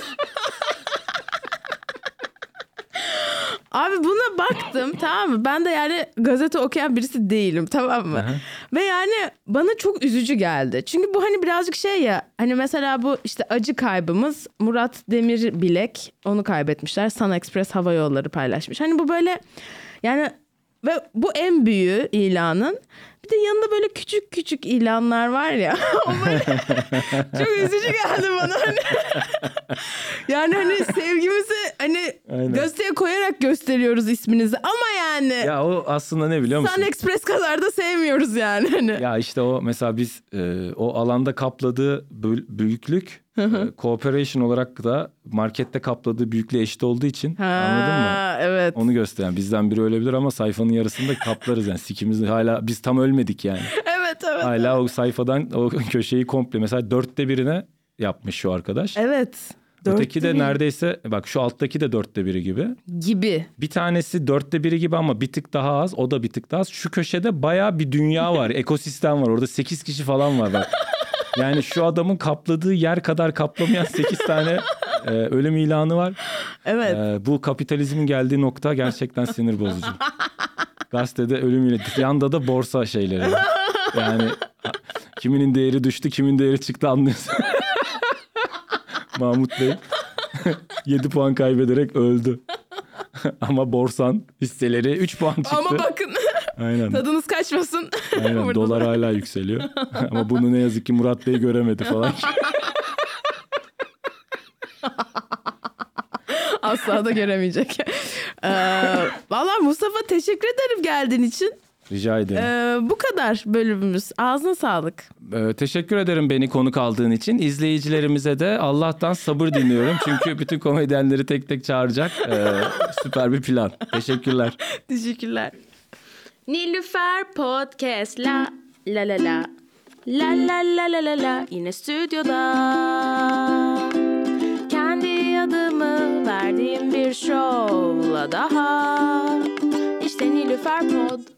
Abi buna baktım, tamam mı? Ben de yani gazete okuyan birisi değilim, tamam mı? Ve yani bana çok üzücü geldi. Çünkü bu hani birazcık şey ya, hani mesela bu işte acı kaybımız, Murat Demirbilek, onu kaybetmişler. Sun Express Hava Yolları paylaşmış. Hani bu böyle yani, ve bu en büyüğü ilanın. Bir de yanında böyle küçük küçük ilanlar var ya. O böyle çok üzücü geldi bana. Hani. Yani hani sevgimizi hani gazeteye koyarak gösteriyoruz isminizi. Ama yani. Ya o aslında ne biliyor musun? Sun Express kadar da sevmiyoruz yani. Hani. Ya işte o mesela biz o alanda kapladığı büyüklük cooperation olarak da markette kapladığı büyüklüğe eşit olduğu için anladın mı? Evet. Onu gösteren bizden biri ölebilir ama sayfanın yarısında kaplarız yani sikimiz hala biz tam ölmedik yani. Evet. Hala o sayfadan o köşeyi komple mesela 1/4 yapmış şu arkadaş. Evet. Öteki de neredeyse bak şu alttaki de 1/4 gibi. Bir tanesi 1/4 gibi ama bir tık daha az, o da bir tık daha az. Şu köşede bayağı bir dünya var, ekosistem var. Orada 8 kişi falan var bak. Yani şu adamın kapladığı yer kadar kaplamayan 8 tane ölüm ilanı var. Evet. Bu kapitalizmin geldiği nokta gerçekten sinir bozucu. Gazetede ölüm ilanı, yanda da borsa şeyleri. Yani kiminin değeri düştü, kimin değeri çıktı anlıyorsun. Mahmut Bey 7 puan kaybederek öldü. Ama borsan hisseleri 3 puan çıktı. Ama bakın. Aynen. Tadınız kaçmasın. Aynen. Dolar hala yükseliyor. Ama bunu ne yazık ki Murat Bey göremedi falan. Asla da göremeyecek. Vallahi Mustafa, teşekkür ederim geldiğin için. Rica ederim. Bu kadar bölümümüz. Ağzına sağlık. Teşekkür ederim beni konuk aldığın için. İzleyicilerimize de Allah'tan sabır diliyorum. Çünkü bütün komedyenleri tek tek çağıracak. Süper bir plan. Teşekkürler. Teşekkürler. Nilüfer Podcast la la la la la la la la la la, yine stüdyoda kendi adımı verdiğim bir şovla daha, işte Nilüfer Pod.